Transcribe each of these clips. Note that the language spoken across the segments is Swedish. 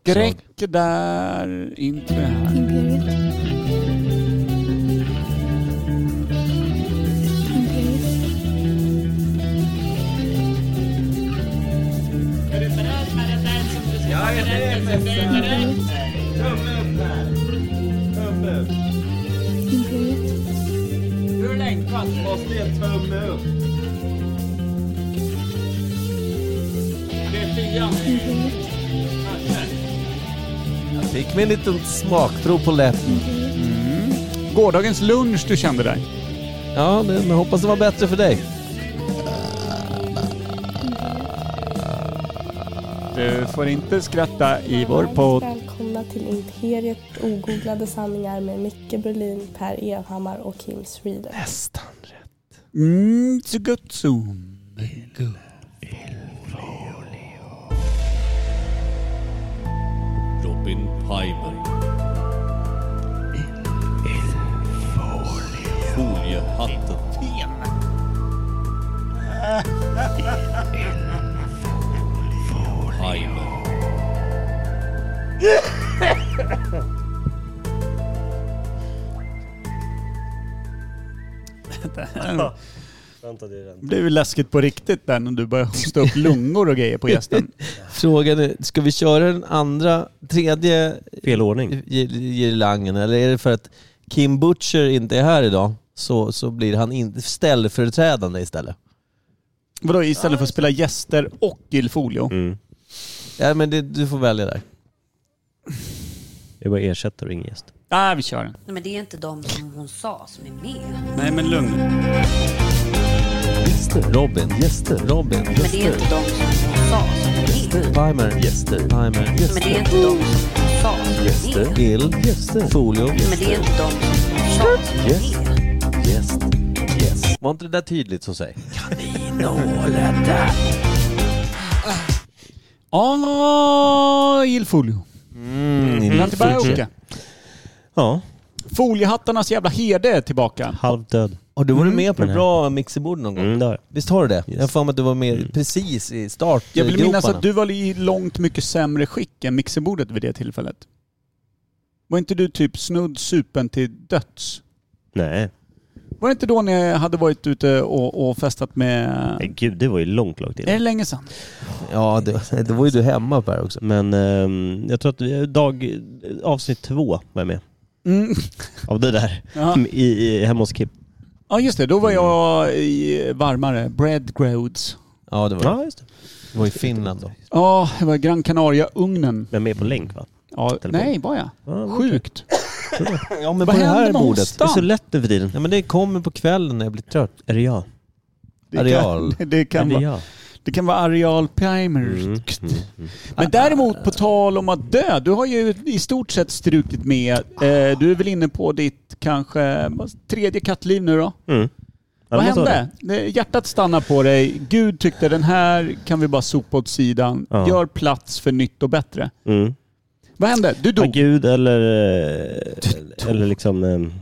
skräck där, inte det här. Imperiet. Är du beredd med den där som du ska berätta? Tumme upp här. Tumme upp. Imperiet. Hur längtat? Måste ge tumme upp. Det är 10. Imperiet. Fick mig en liten smakprov på lätten. Gårdagens lunch du kände där. Ja, men hoppas det var bättre för dig. Du får inte skratta i vår podd. Välkomna till Imperiet ogooglade sanningar med Micke Berlin, Per Evhammar och Kim Sweden. Nästan rätt. Så gott så. Robin Pimer. Foliehatten. Pimer. Vänta, det är den. Det blev ju läskigt på riktigt där när du började hosta upp lungor och grejer på gästen. Frågan är, ska vi köra den tredje Fel ordning. girlangen, eller är det för att Kim Butcher inte är här idag så blir han ställföreträdande istället? Vadå, istället för att spela gäster och Gilfolio? Ja, men du får välja där. Jag bara ersätter och ingen gäst. Nej, vi kör den. Nej, men det är inte de som hon sa som är med. Nej, men lugn. Gäster, Robin, gäster, Robin, Men det är inte de som hon sa som är med. Pimer, gäster, Pimer, Men det är inte de som hon sa som är gäster, med. Il, gäster, Folio, Men det är inte de som hon sa som är med. gäst, yes. Var inte det där tydligt så säg? Kaninhålet. Gilfolio. Vill han tillbaka? Ja, Foliehattarnas jävla herde är tillbaka. halvdöd. Har du varit med på ett bra mixerbord någon gång? Det har jag. Visst har du det? Jag får med att du var med precis i startgroparna. Jag vill minnas att du var i långt mycket sämre skick än mixerbordet vid det tillfället. Var inte du typ snudd supen till döds? Nej. Var det inte då ni hade varit ute och festat med... Nej, gud, det var ju långt Är det innan. länge sedan? Ja, det var ju du hemma Per också. Men jag tror att avsnitt 2 var jag med. Av det där. Ja. Hemma hos Kim. Ja, just det. Då var jag i varmare. Breadgroads. Ja, det var Ja, just det. det var i Finland då. Ja, det var i Gran Canaria-ugnen. Men med på länk, va? Ja, Telefon. nej, var jag? Ja, Sjukt. Ja, men Vad på det hände här med bordet. hostan? Det är så lätt nu för tiden. Ja, men det kommer på kvällen när jag blir trött. Är det jag? Areal. Det kan Är det vara... jag? Det kan vara areal primer. Men däremot på tal om att dö, du har ju i stort sett strukit med, du är väl inne på ditt kanske tredje kattliv nu då? Ja, Vad det måste vara hände? Hjärtat stannar på dig, Gud tyckte den här kan vi bara sopa åt sidan, Ja. gör plats för nytt och bättre. det. Vad hände? Du Ja, dog. Gud eller liksom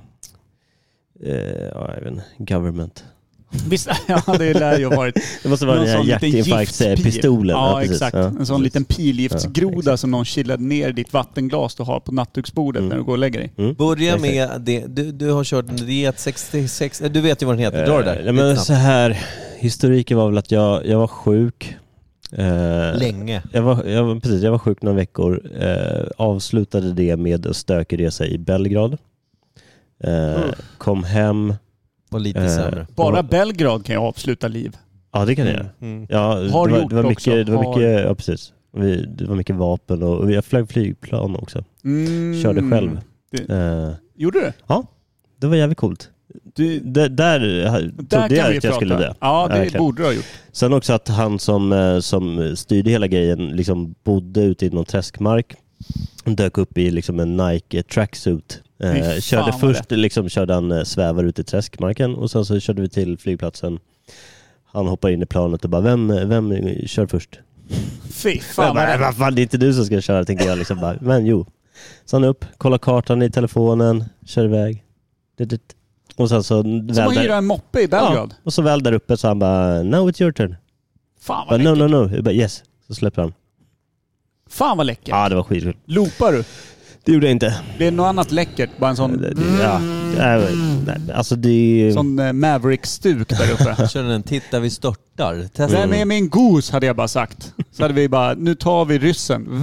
ja, jag vet inte, government. Visst, ja, det lär ju ha varit Det måste vara någon den här sån liten hjärtinfarktspistolen. Ja, precis. exakt. Ja, En sån liten pilgiftsgroda exakt. som någon chillade ner i ditt vattenglas du har på nattduksbordet när du går och lägger dig. Börja med det. Du har kört en diet 66. Du vet ju vad den heter. Dra det där. Nej, men så här, historiken var väl att jag var sjuk. Länge. Jag var sjuk några veckor. Avslutade det med en stökig resa i Belgrad. Kom hem. Var lite sämre. Bara Belgrad kan jag avsluta liv. Ja, det kan jag göra. Ja, Har gjort det var också. mycket, ja, precis. Det var mycket vapen och jag flög flygplan också. Körde själv. Gjorde du? Ja, det var jävligt coolt. Där trodde jag att jag skulle dö. Ja, det verkligen. borde du ha gjort. Sen också att han som styrde hela grejen liksom bodde ute i någon träskmark. Dök upp i liksom en Nike tracksuit. Körde först körde han svävar ut i träskmarken och sen så körde vi till flygplatsen. Han hoppar in i planet och bara vem kör först? Fy fan. Vad fan, det är inte du som ska köra, tänkte jag liksom bara. Men jo. Så han upp, kollar kartan i telefonen, kör iväg. Och sen så Som att hyra en moppe i Belgrad. Ja, och så väl där uppe så han bara, now it's your turn. Fan vad No. Jag bara, yes. Så släpper han. Fan vad läckert. Ja, det var skitkul. Loopar du? Det gjorde jag inte. Det är något annat läckert. Bara en sån... Ja, alltså det... Sån Maverick-stuk där uppe. Jag körde en titta vi störtar. Testa. Vem är min gos, hade jag bara sagt. Så hade vi bara, nu tar vi ryssen.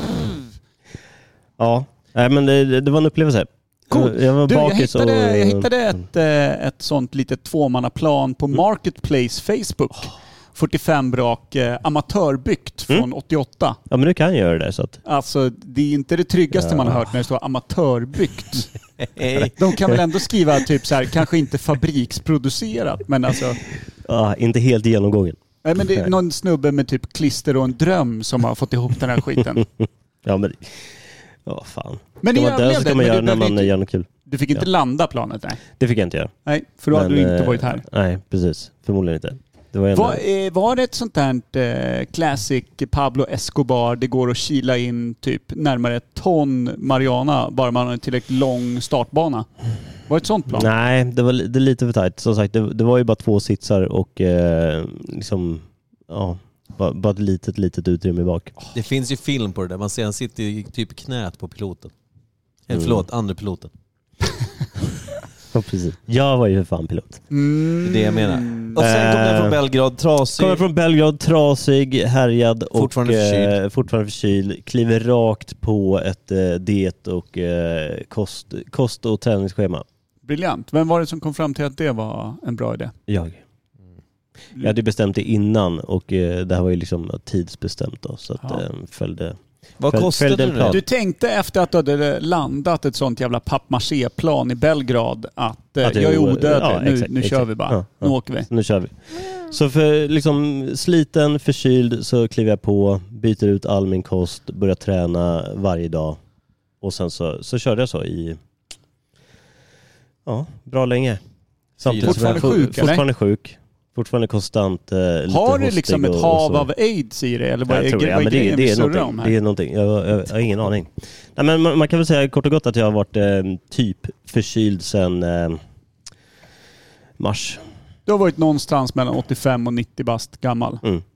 Ja, men det var en upplevelse. Cool. Jag var jag hittade ett sånt litet tvåmannaplan på Marketplace Facebook. 45 brak amatörbyggt från 88. Ja, men du kan göra det så att... Alltså, det är inte det tryggaste man har hört när det står amatörbyggt. De kan väl ändå skriva typ så här, kanske inte fabriksproducerat, men alltså... Ja, inte helt genomgången. Nej, men det är någon snubbe med typ klister och en dröm som har fått ihop den här skiten. Ja, men... Ja, fan. Men det så kan man göra när man gör något kul. Du fick inte landa planet, nej? Det fick jag inte göra. Nej, för då hade du inte varit här. Nej, precis. Förmodligen inte. Det var var det ett sånt där classic Pablo Escobar, det går att kila in typ närmare ett ton marijuana bara man har en tillräckligt lång startbana? Var det ett sånt plan? Nej, det var lite för tajt. Som sagt, det var ju bara 2 sitsar och liksom, ja, bara ett litet utrymme bak. Det finns ju film på det där. Man ser han sitter i typ knät på piloten. Förlåt, andra piloten. Ja, precis. Jag var ju för fan pilot. Det är det jag menar. Och sen kom den från Belgrad, trasig. Kommer från Belgrad, trasig, härjad och fortfarande förkyld. Kliver rakt på ett diet och kost- och träningsschema. Briljant. Vem var det som kom fram till att det var en bra idé? Jag hade bestämt det innan och det här var ju liksom tidsbestämt då, så att följde. Vad kostade det nu? Du tänkte efter att du hade landat ett sånt jävla pappmaché-plan i Belgrad att jag är odödlig, nu kör vi bara. Nu åker vi. Nu kör vi. Så för liksom sliten, förkyld så kliver jag på, byter ut all min kost, börjar träna varje dag och sen så körde jag så i bra länge. Samtidigt fortfarande sjuk. Fortfarande konstant lite har du liksom ett hav av AIDS i det? Eller vad är grejen vi surrar om här? Det är någonting. Jag har ingen aning. Nej, men man kan väl säga kort och gott att jag har varit typ förkyld sedan mars. Du har varit någonstans mellan 85 och 90 bast gammal.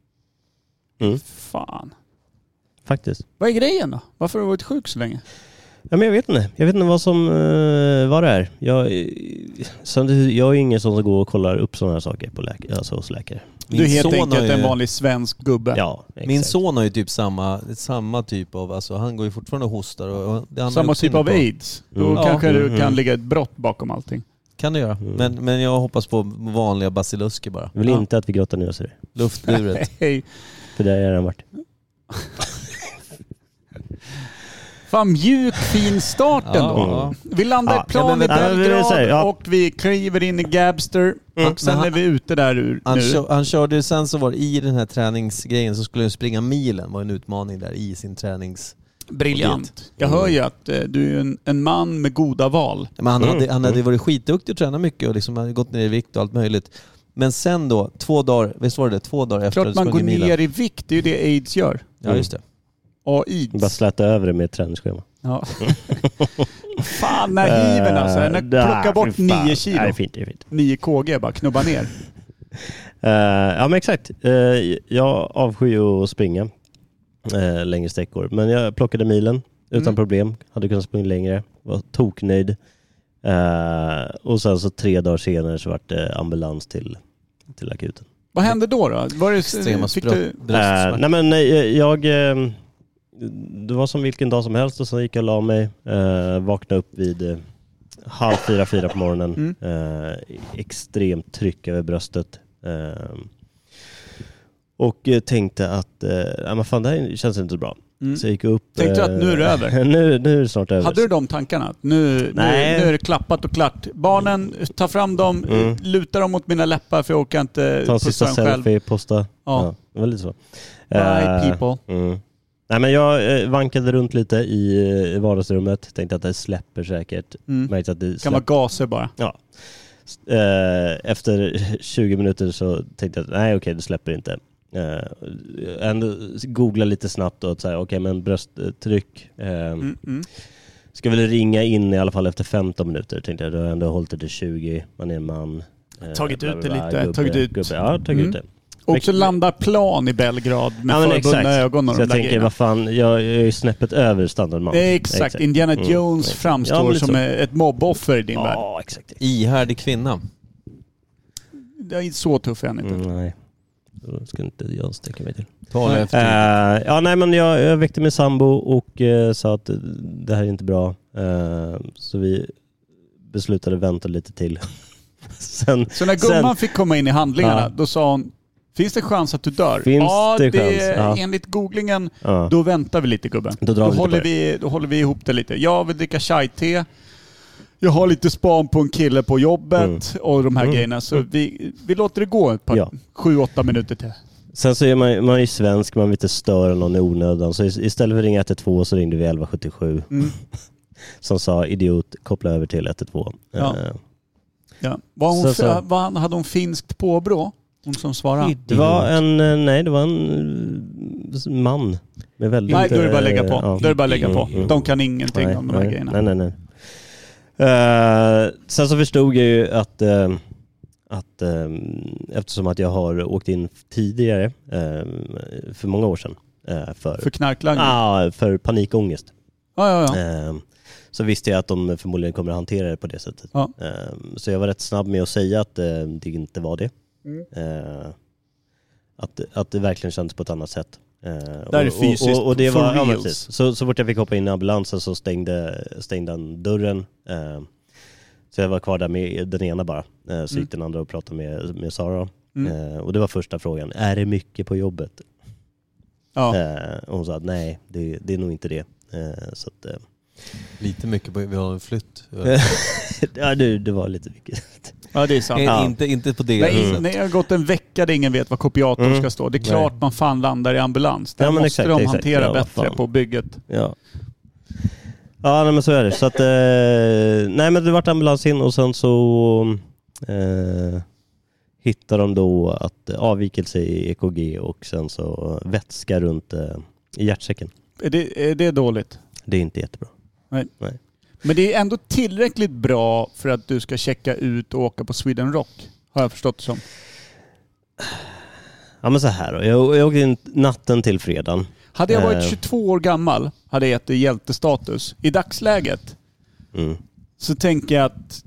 Fan. Faktiskt. Vad är grejen då? Varför har du varit sjuk så länge? Ja, men jag vet inte vad som vad det är. Jag är ingen som går och kollar upp sådana här saker på hos läkare. Du är helt enkelt en vanlig svensk gubbe. Ja, exakt. Min son har ju typ samma typ av, alltså han går ju fortfarande och hostar. Och samma typ av AIDS. Då kanske du kan ligga ett brott bakom allting. Kan du göra. Men jag hoppas på vanliga basilusker bara. Jag vill inte att vi grottar ner oss i det. Luftburet. För det har jag redan varit. Fan, mjuk fin start ändå. Vi landar ett plan i Belgrad och vi kliver in i Gabster och sen är vi ute där nu. Han körde sen så var det i den här träningsgrejen så skulle han springa milen, var en utmaning där i sin tränings. Briljant. Jag hör ju att du är en man med goda val. Men han hade varit skitduktig och tränat mycket och liksom hade gått ner i vikt och allt möjligt. Men sen då, 2 dagar, visst var det 2 dagar efter att man går ner i vikt, det är ju det AIDS gör. Ja, just det. Och AIDS. Bara släta över det med ett träningsschema. Ja. Fan, när hiven alltså. När plocka bort 9 kilo. Det är fint. 9 kg, bara knubba ner. Ja, men exakt. Jag avskyr att springa längre sträckor. Men jag plockade milen utan problem. Hade kunnat springa längre. Var toknöjd. Och sen så 3 dagar senare så var det ambulans till akuten. Vad hände då? Var det extrema nej, men det var som vilken dag som helst och så gick jag och la mig. Vaknade upp vid 3:30 på morgonen. Extremt tryck över bröstet. Och tänkte att men fan, det här känns inte så bra. Så jag gick upp. Tänkte du att nu är det över? nu är det snart över. Hade du de tankarna? Nu är det klappat och klart. Barnen, ta fram dem, lutar dem mot mina läppar för jag orkar inte ta en sista selfie, posta. Ja, det var lite så. Bye people. Nej, men jag vankade runt lite i vardagsrummet. Tänkte att det släpper säkert. Märkte att det kan vara gaser bara. Ja. Efter 20 minuter så tänkte jag att nej, okej, det släpper inte. Ändå googla lite snabbt och säga okej, men brösttryck. Ska väl ringa in i alla fall efter 15 minuter. Tänkte jag, då har jag ändå hållit det till 20. Man är en man. Tagit ut det lite. Tagit ut det. Också landar plan i Belgrad med förbundna ögon och så jag tänker, vad fan, jag är snäppet över standardman. Exakt. Indiana Jones framstår som ett mobboffer i din värld. Ja, exakt. Ihärdig kvinna. Det är inte så tuff än inte. Nej. Då ska inte jag sträcka mig till. Jag väckte min sambo och sa att det här är inte bra. Så vi beslutade vänta lite till. Så när gumman fick komma in i handlingarna, då sa hon, finns det chans att du dör? Enligt googlingen, då väntar vi lite gubben. Då håller vi ihop det lite. Jag vill dricka chai-te. Jag har lite span på en kille på jobbet och de här grejerna. Så vi låter det gå ett par 7-8 minuter till. Sen så är man ju svensk, man vill inte störa någon i onödan. Så istället för att ringa 112 så ringde vi 1177. Som sa, idiot, koppla över till 112. Ja. Hade hon finskt påbrå? Hon som svarade? Det var en man. Med väldigt, nej, då är det bara att lägga på. Då är det bara att lägga på. De kan ingenting om de här grejerna. Nej. Sen så förstod jag ju att eftersom att jag har åkt in tidigare för många år sedan för knarklangning? Ja, för panikångest. Ja. Så visste jag att de förmodligen kommer att hantera det på det sättet. Ja. Så jag var rätt snabb med att säga att det inte var det. Att det verkligen kändes på ett annat sätt. Där är fysiskt och det var reals. Så fort jag fick hoppa in i ambulansen så stängde den dörren. Så jag var kvar där med den ena bara. Så gick den andra och pratade med Sara. Och det var första frågan. Är det mycket på jobbet? Ja. Och hon sa att nej, det är nog inte det. Så att, lite mycket på, vi har en flytt. Ja, det var lite mycket. Ja, det är sant. Inte på det. Nej, jag har gått en vecka där ingen vet vad kopiatorn ska stå. Det är klart man fan landar i ambulans. Det måste exakt, de hantera bättre på bygget. Ja. Ja, nej, men så är det. Så att, nej, men det vart ambulans in och sen så hittar de då att avvikelse i EKG och sen så vätska runt i hjärtsäcken. Är det dåligt? Det är inte jättebra. Nej. Men det är ändå tillräckligt bra för att du ska checka ut och åka på Sweden Rock, har jag förstått det som. Ja, men så här då. Jag åkte in natten till fredagen. Hade jag varit 22 år gammal hade jag gett det hjältestatus. I dagsläget så tänker jag att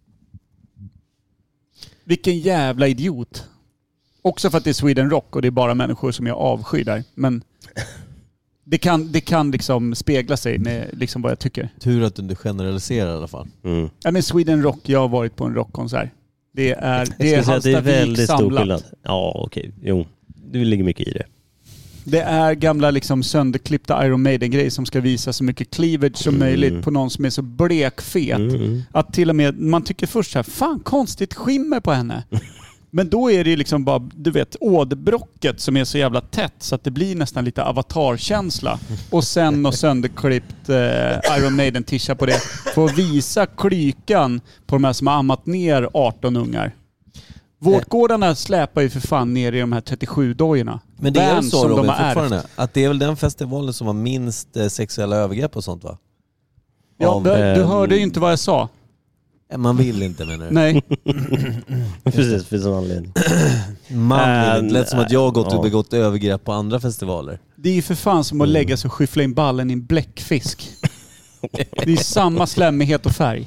vilken jävla idiot. Också för att det är Sweden Rock och det är bara människor som jag avskyr där. Men det kan liksom spegla sig med liksom vad jag tycker. Tur att du inte generaliserar i alla fall. Ja, men Sweden Rock, jag har varit på en rockkonsert. Det är väldigt samlat. stor skillnad. Ja, okej. Jo, det ligger mycket i det. Det är gamla liksom sönderklippta Iron Maiden-grejer som ska visa så mycket cleavage som möjligt på någon som är så blekfet. Att till och med, man tycker först så här, fan konstigt skimmer på henne. Men då är det liksom bara, du vet, åderbrocket som är så jävla tätt så att det blir nästan lite avatarkänsla. Och sen och sönderklippt Iron Maiden-tisha på det. För att visa klykan på de här som har ammat ner 18 ungar. Vårdgårdarna släpar ju för fan ner i de här 37-dojorna. Men det är väl så, Robin, fortfarande? Att det är väl den festivalen som har minst sexuella övergrepp och sånt, va? Ja, du hörde ju inte vad jag sa. Man vill inte, menar du? Nej. Precis, finns en anledning. Man vill. Det lät som att jag har gått och begått övergrepp på andra festivaler. Det är ju för fan som att lägga sig och skyffla in ballen i en bläckfisk. Det är samma slämmighet och färg.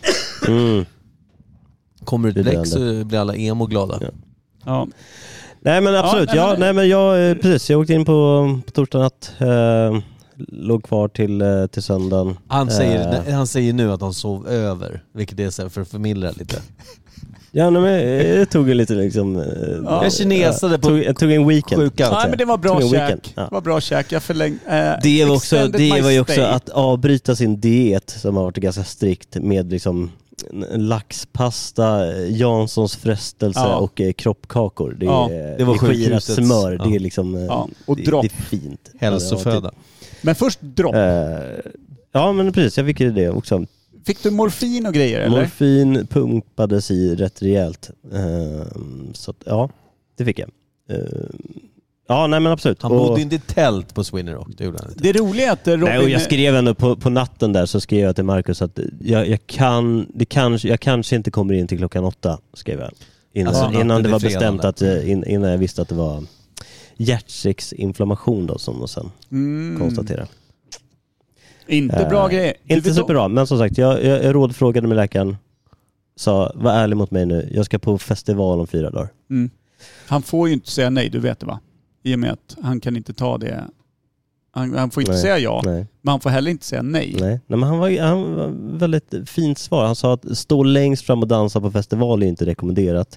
Kommer det bläck så blir alla emo glada. Ja. Nej, men absolut. Jag åkte in på torsdag natt. Låg kvar till söndagen. Han säger nu att han sov över, vilket är så för att förmildra lite. Ja, men jag tog en lite liksom... Jag kinesade på tog en weekend. Sjuka. Nej, men det var bra käk. Det var bra käk. Jag förlängde... Det var ju också att avbryta sin diet som har varit ganska strikt med liksom laxpasta, Janssons frestelse och kroppkakor. Det var skirat smör. Det är liksom... Och dropp. Det är fint. Hälsoföda. Men först dropp. Ja, men precis. Jag fick ju det också. Fick du morfin och grejer, eller? Morfin pumpades i rätt rejält. Så att, ja, det fick jag. Ja, nej men absolut. Han bodde inte i tält på Sweden Rock, det gjorde han inte. Det roliga är att Robin... Nej, och jag skrev ändå på natten där, så skrev jag till Marcus att jag kanske inte kommer in till klockan 8, skrev jag. Innan det var bestämt att innan jag visste att det var hjärtsäcksinflammation då, som de sen konstaterade. Inte bra grej. Inte superbra, men som sagt, jag rådfrågade med läkaren. Sa, var ärlig mot mig nu. Jag ska på festival om 4 dagar. Han får ju inte säga nej, du vet det va? I och med att han kan inte ta det. Han får inte säga ja, men han får heller inte säga nej. Nej, men han var väldigt fint svar. Han sa att stå längst fram och dansa på festival är inte rekommenderat.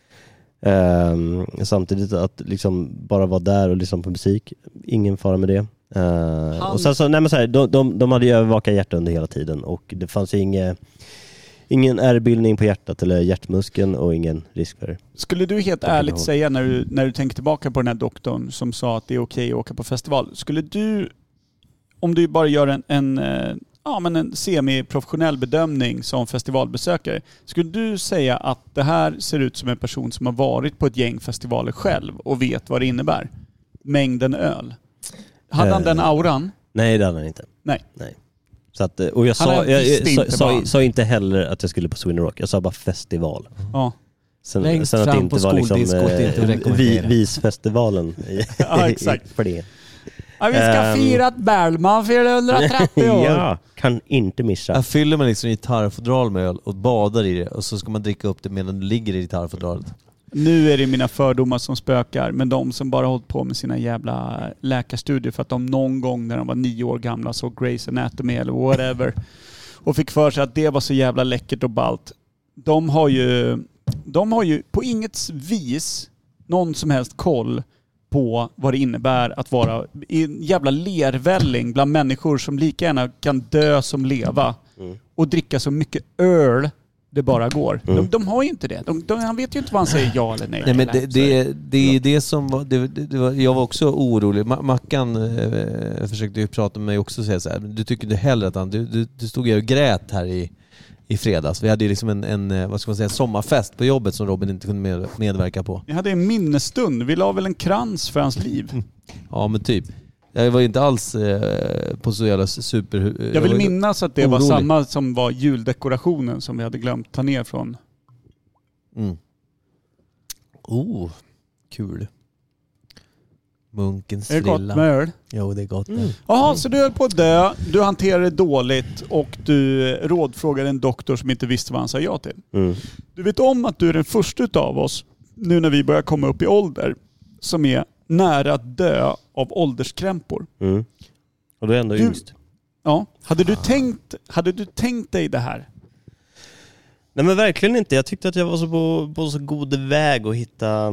Samtidigt att liksom bara vara där och lyssna på musik, ingen fara med det. Och sen så, de hade ju övervakat hjärtat under hela tiden och det fanns ju ingen ärrbildning på hjärtat eller hjärtmuskeln och ingen risk för. Skulle du helt ärligt säga när du tänker tillbaka på den här doktorn som sa att det är okej att åka på festival, skulle du, om du bara gör en semi-professionell bedömning som festivalbesökare, skulle du säga att det här ser ut som en person som har varit på ett gäng festivaler själv och vet vad det innebär? Mängden öl. Hade han den auran? Nej, det hade han inte. Nej. Så att, och jag sa inte heller att jag skulle på Sweden Rock. Jag sa bara festival. Ja. Sen att det inte var liksom visfestivalen. Ja, exakt. För det. Ja, vi ska fira att Bellman fyller 130 år. Ja, kan inte missa. Jag fyller man liksom gitarrfodral med öl och badar i det och så ska man dricka upp det medan du ligger i gitarrfodralet. Nu är det mina fördomar som spökar, men de som bara hållit på med sina jävla läkarstudier för att de någon gång när de var 9 år gamla såg Grey's Anatomy eller whatever och fick för sig att det var så jävla läckert och ballt. De har ju på inget vis någon som helst koll på vad det innebär att vara i en jävla lervälling bland människor som lika gärna kan dö som leva och dricka så mycket öl det bara går. De har ju inte det. Han vet ju inte vad han säger ja eller nej. Nej, men det är det som var, jag var också orolig. Mackan försökte ju prata med mig också och säga så här, du tycker inte heller att han du stod ju och grät här i fredags. Vi hade ju liksom en vad ska man säga, sommarfest på jobbet som Robin inte kunde medverka på. Vi hade en minnesstund. Vi la väl en krans för hans liv. Ja, men typ. Jag var inte alls på så jävla super... Jag vill minnas att det var samma som var juldekorationen som vi hade glömt ta ner från. Kul. Munkens Är det gott med öl? Jo, det är gott. Jaha, så du höll på att dö, du hanterade det dåligt och du rådfrågade en doktor som inte visste vad han sa ja till. Du vet om att du är den första utav oss, nu när vi börjar komma upp i ålder, som är nära att dö av ålderskrämpor. Och du är ändå yngst. Ja. Hade du tänkt dig det här? Nej, men verkligen inte. Jag tyckte att jag var på så god väg att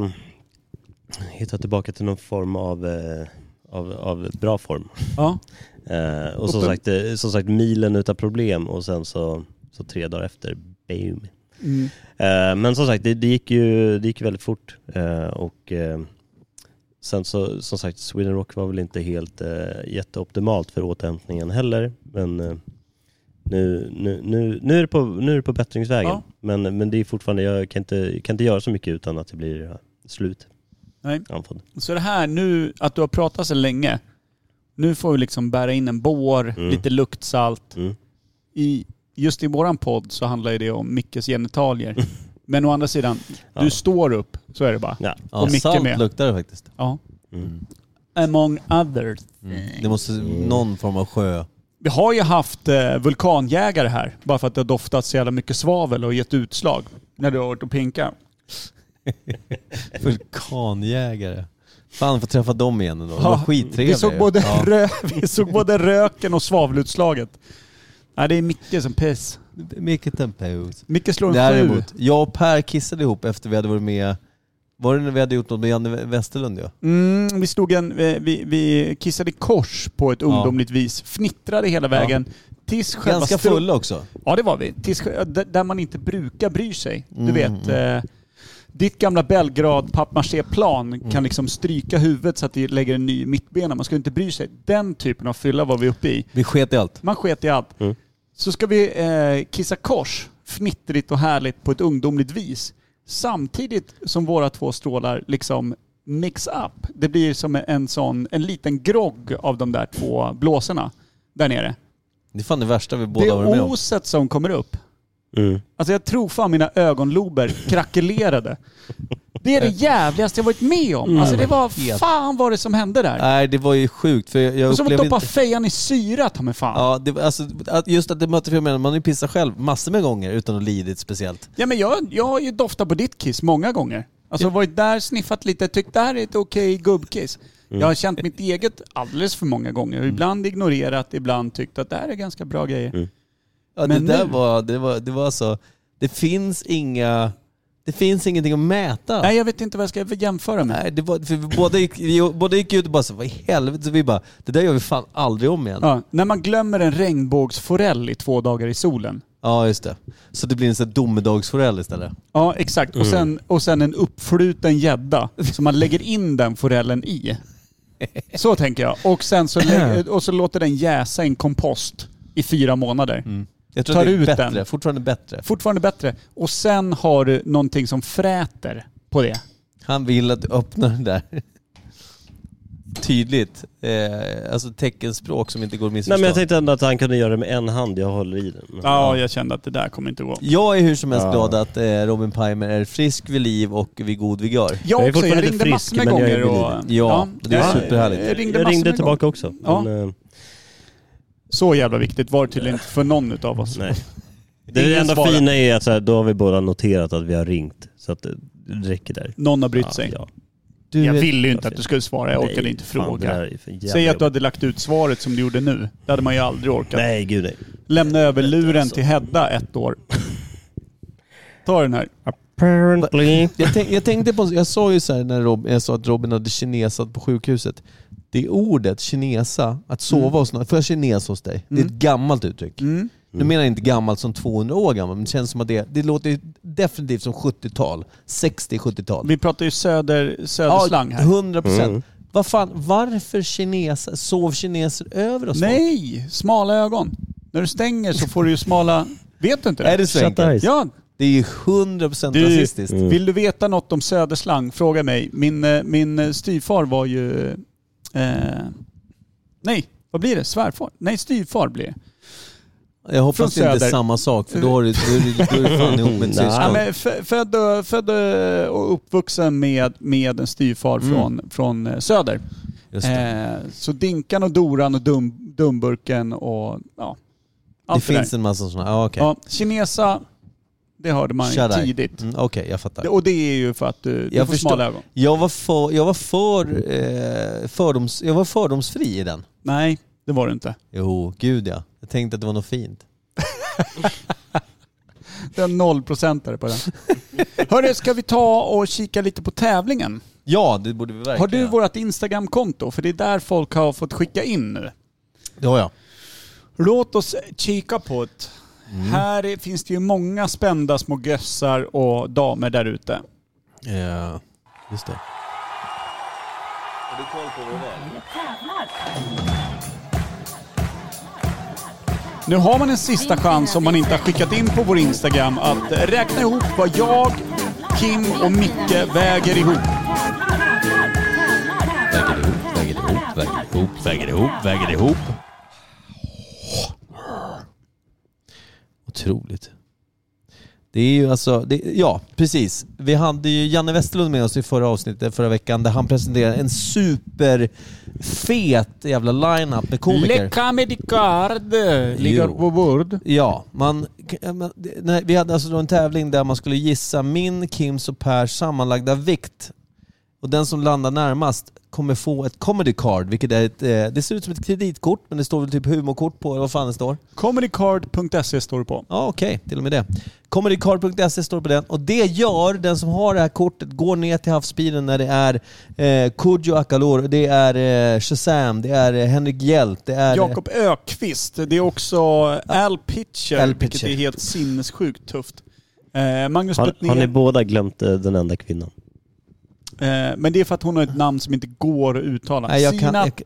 hitta tillbaka till någon form av bra form. Ja. Och som sagt milen utan problem och sen så 3 dagar efter boom. Men som sagt det gick väldigt fort och sen så som sagt Sweden Rock var väl inte helt jätteoptimalt för återhämtningen heller, men nu är det på bättringsvägen. Ja. Men det är fortfarande, jag kan inte göra så mycket utan att det blir slut. Nej. Så det här nu, att du har pratat så länge, nu får vi liksom bära in en bår, lite luktsalt. Just i våran podd så handlar ju det om Mickes genitalier. Men å andra sidan, du står upp, så är det bara. Ja. Och Micke salt med. luktar det faktiskt. Ja. Among others. Det måste någon form av sjö. Vi har ju haft vulkanjägare här, bara för att det har doftat så jävla mycket svavel och gett utslag när du har varit och pinka. Vulkanjägare. Fan, får träffa dem igen då. Det var skittrevligt. Vi såg både röken och svavelutslaget. Nej, det är Micke som piss. Micke tempos. Micke slår en 7. Jag och Per kissade ihop efter vi hade varit med. Var det när vi hade gjort något med Janne Westerlund? Ja? Vi kissade kors på ett ungdomligt vis. Fnittrade hela vägen. Tills ganska fulla också. Ja, det var vi. Där man inte brukar bry sig. Du vet... Ditt gamla Belgrad pappmaché-plan kan liksom stryka huvudet så att det lägger en ny mittbena. Man ska inte bry sig. Den typen av fylla var vi uppe i. Vi sket i allt. Man sket i allt. Så ska vi kissa kors, fnittrigt och härligt på ett ungdomligt vis. Samtidigt som våra 2 strålar liksom mix up. Det blir som en liten grogg av de där 2 blåsorna där nere. Det är fan det värsta vi båda var med om. Det oset som kommer upp. Alltså jag tror fan mina ögonlober krackelerade. Det är det jävligaste jag varit med om. Alltså det var fan vad det som hände där. Nej, det var ju sjukt. För jag som att doppa fejan i syra, ta mig fan. Ja, det, alltså, just att det möter för mig, man har ju pissat själv massor med gånger utan att lidit speciellt. Ja, men jag har ju doftat på ditt kiss många gånger. Alltså varit där, sniffat lite, tyckt det här är ett okej gubbkiss. Jag har känt mitt eget alldeles för många gånger. Ibland ignorerat, ibland tyckt att det här är ganska bra grejer. Ja, men det var alltså, det finns ingenting att mäta. Nej, jag vet inte vad jag ska jämföra med. Nej, det var, för vi båda gick ut och bara så, vad i helvete, så vi bara, det där gör vi fan aldrig om igen. Ja, när man glömmer en regnbågsforell i 2 dagar i solen. Ja, just det. Så det blir en sån domedagsforell istället. Ja, exakt. Och sen en uppfluten gädda som man lägger in den forellen i. Så tänker jag. Och sen så låter den jäsa i en kompost i 4 månader. Jag tror det är bättre. Fortfarande bättre. Och sen har du någonting som fräter på det. Han vill att du öppnar den där. Tydligt. Alltså teckenspråk som inte går att missförstå. Nej, men jag tänkte ändå att han kunde göra det med en hand. Jag håller i den. Ja, jag kände att det där kommer inte gå. Jag är hur som helst glad att Robin Pimer är frisk vid liv och vid god vigör. Jag också. Jag ringde massor med gånger. Ja, det är superhärligt. Jag ringde tillbaka också. Ja. Men, så jävla viktigt var det tydligen inte för någon utav oss. Nej. Det enda fina är att så här, då har vi båda noterat att vi har ringt. Så att det räcker där. Någon har brytt sig. Ja. Jag ville ju inte att du skulle svara. Jag orkade inte fråga. Säg att du hade lagt ut svaret som du gjorde nu. Det hade man ju aldrig orkat. Nej, gud nej. Lämna över luren till Hedda 1 år. Ta den här. Apparently. Jag tänkte på, jag sa ju så här när jag sa att Robin hade kinesat på sjukhuset. Det är ordet kinesa, att sova hos någon. Får jag kines hos dig? Det är ett gammalt uttryck. Nu menar jag inte gammalt som 200 år gammalt, men det känns som att det låter definitivt som 70-tal. 60-70-tal. Vi pratar ju söderslang här. 100%. Vad fan, varför sov kineser över oss? Nej, smala ögon. När du stänger så får du ju smala... Vet du inte det? Är det så enkelt? Ja. Det är ju 100% rasistiskt. Vill du veta något om söderslang? Fråga mig. Min styvfar var ju... nej, vad blir det? Svärfar? Nej, styvfar blir det. Jag hoppas det inte är samma sak, för då är du fan ihop med en syskon. Men född och uppvuxen med en styvfar från söder. Just det. Så Dinkan och Doran och Dumburken och allt det finns en massa sådana. Okay. Ja, kinesa, det hörde man ju tidigt. Okej, jag fattar. Och det är ju för att du får smala ögon. Jag var fördomsfri i den. Nej, det var du inte. Jo, gud ja. Jag tänkte att det var något fint. Det är 0% på den. Hörru, ska vi ta och kika lite på tävlingen? Ja, det borde vi verkligen. Har du vårt Instagram-konto? För det är där folk har fått skicka in nu. Det har jag. Låt oss kika på det. Här finns det ju många spända små gössar och damer där ute. Ja, just det. Har du koll på vad det Nu har man en sista chans om man inte har skickat in på vår Instagram att räkna ihop vad jag, Kim och Micke väger ihop. Väger ihop. Otroligt. Det är ju alltså, ja precis. Vi hade ju Janne Westerlund med oss i förra veckan där han presenterade en superfet jävla line-up med komiker. Le Camedicard ligger på bord. Ja, vi hade alltså då en tävling där man skulle gissa min, Kims och Pers sammanlagda vikt. Och den som landar närmast kommer få ett comedy card, vilket är det ser ut som ett kreditkort, men det står väl typ humorkort på, eller vad fan det står? Comedycard.se står det på. Ja, okej, till och med det. Comedycard.se står på den, och det gör den som har det här kortet går ner till havsbilen när det är Kodjo Akalor, det är Shazam, det är Henrik Hjelt, det är Jakob Ökvist, det är också Al Pitcher, vilket är helt sinnessjukt tufft. Magnus har ni båda glömt den enda kvinnan? Men det är för att hon har ett namn som inte går att uttala. Nej,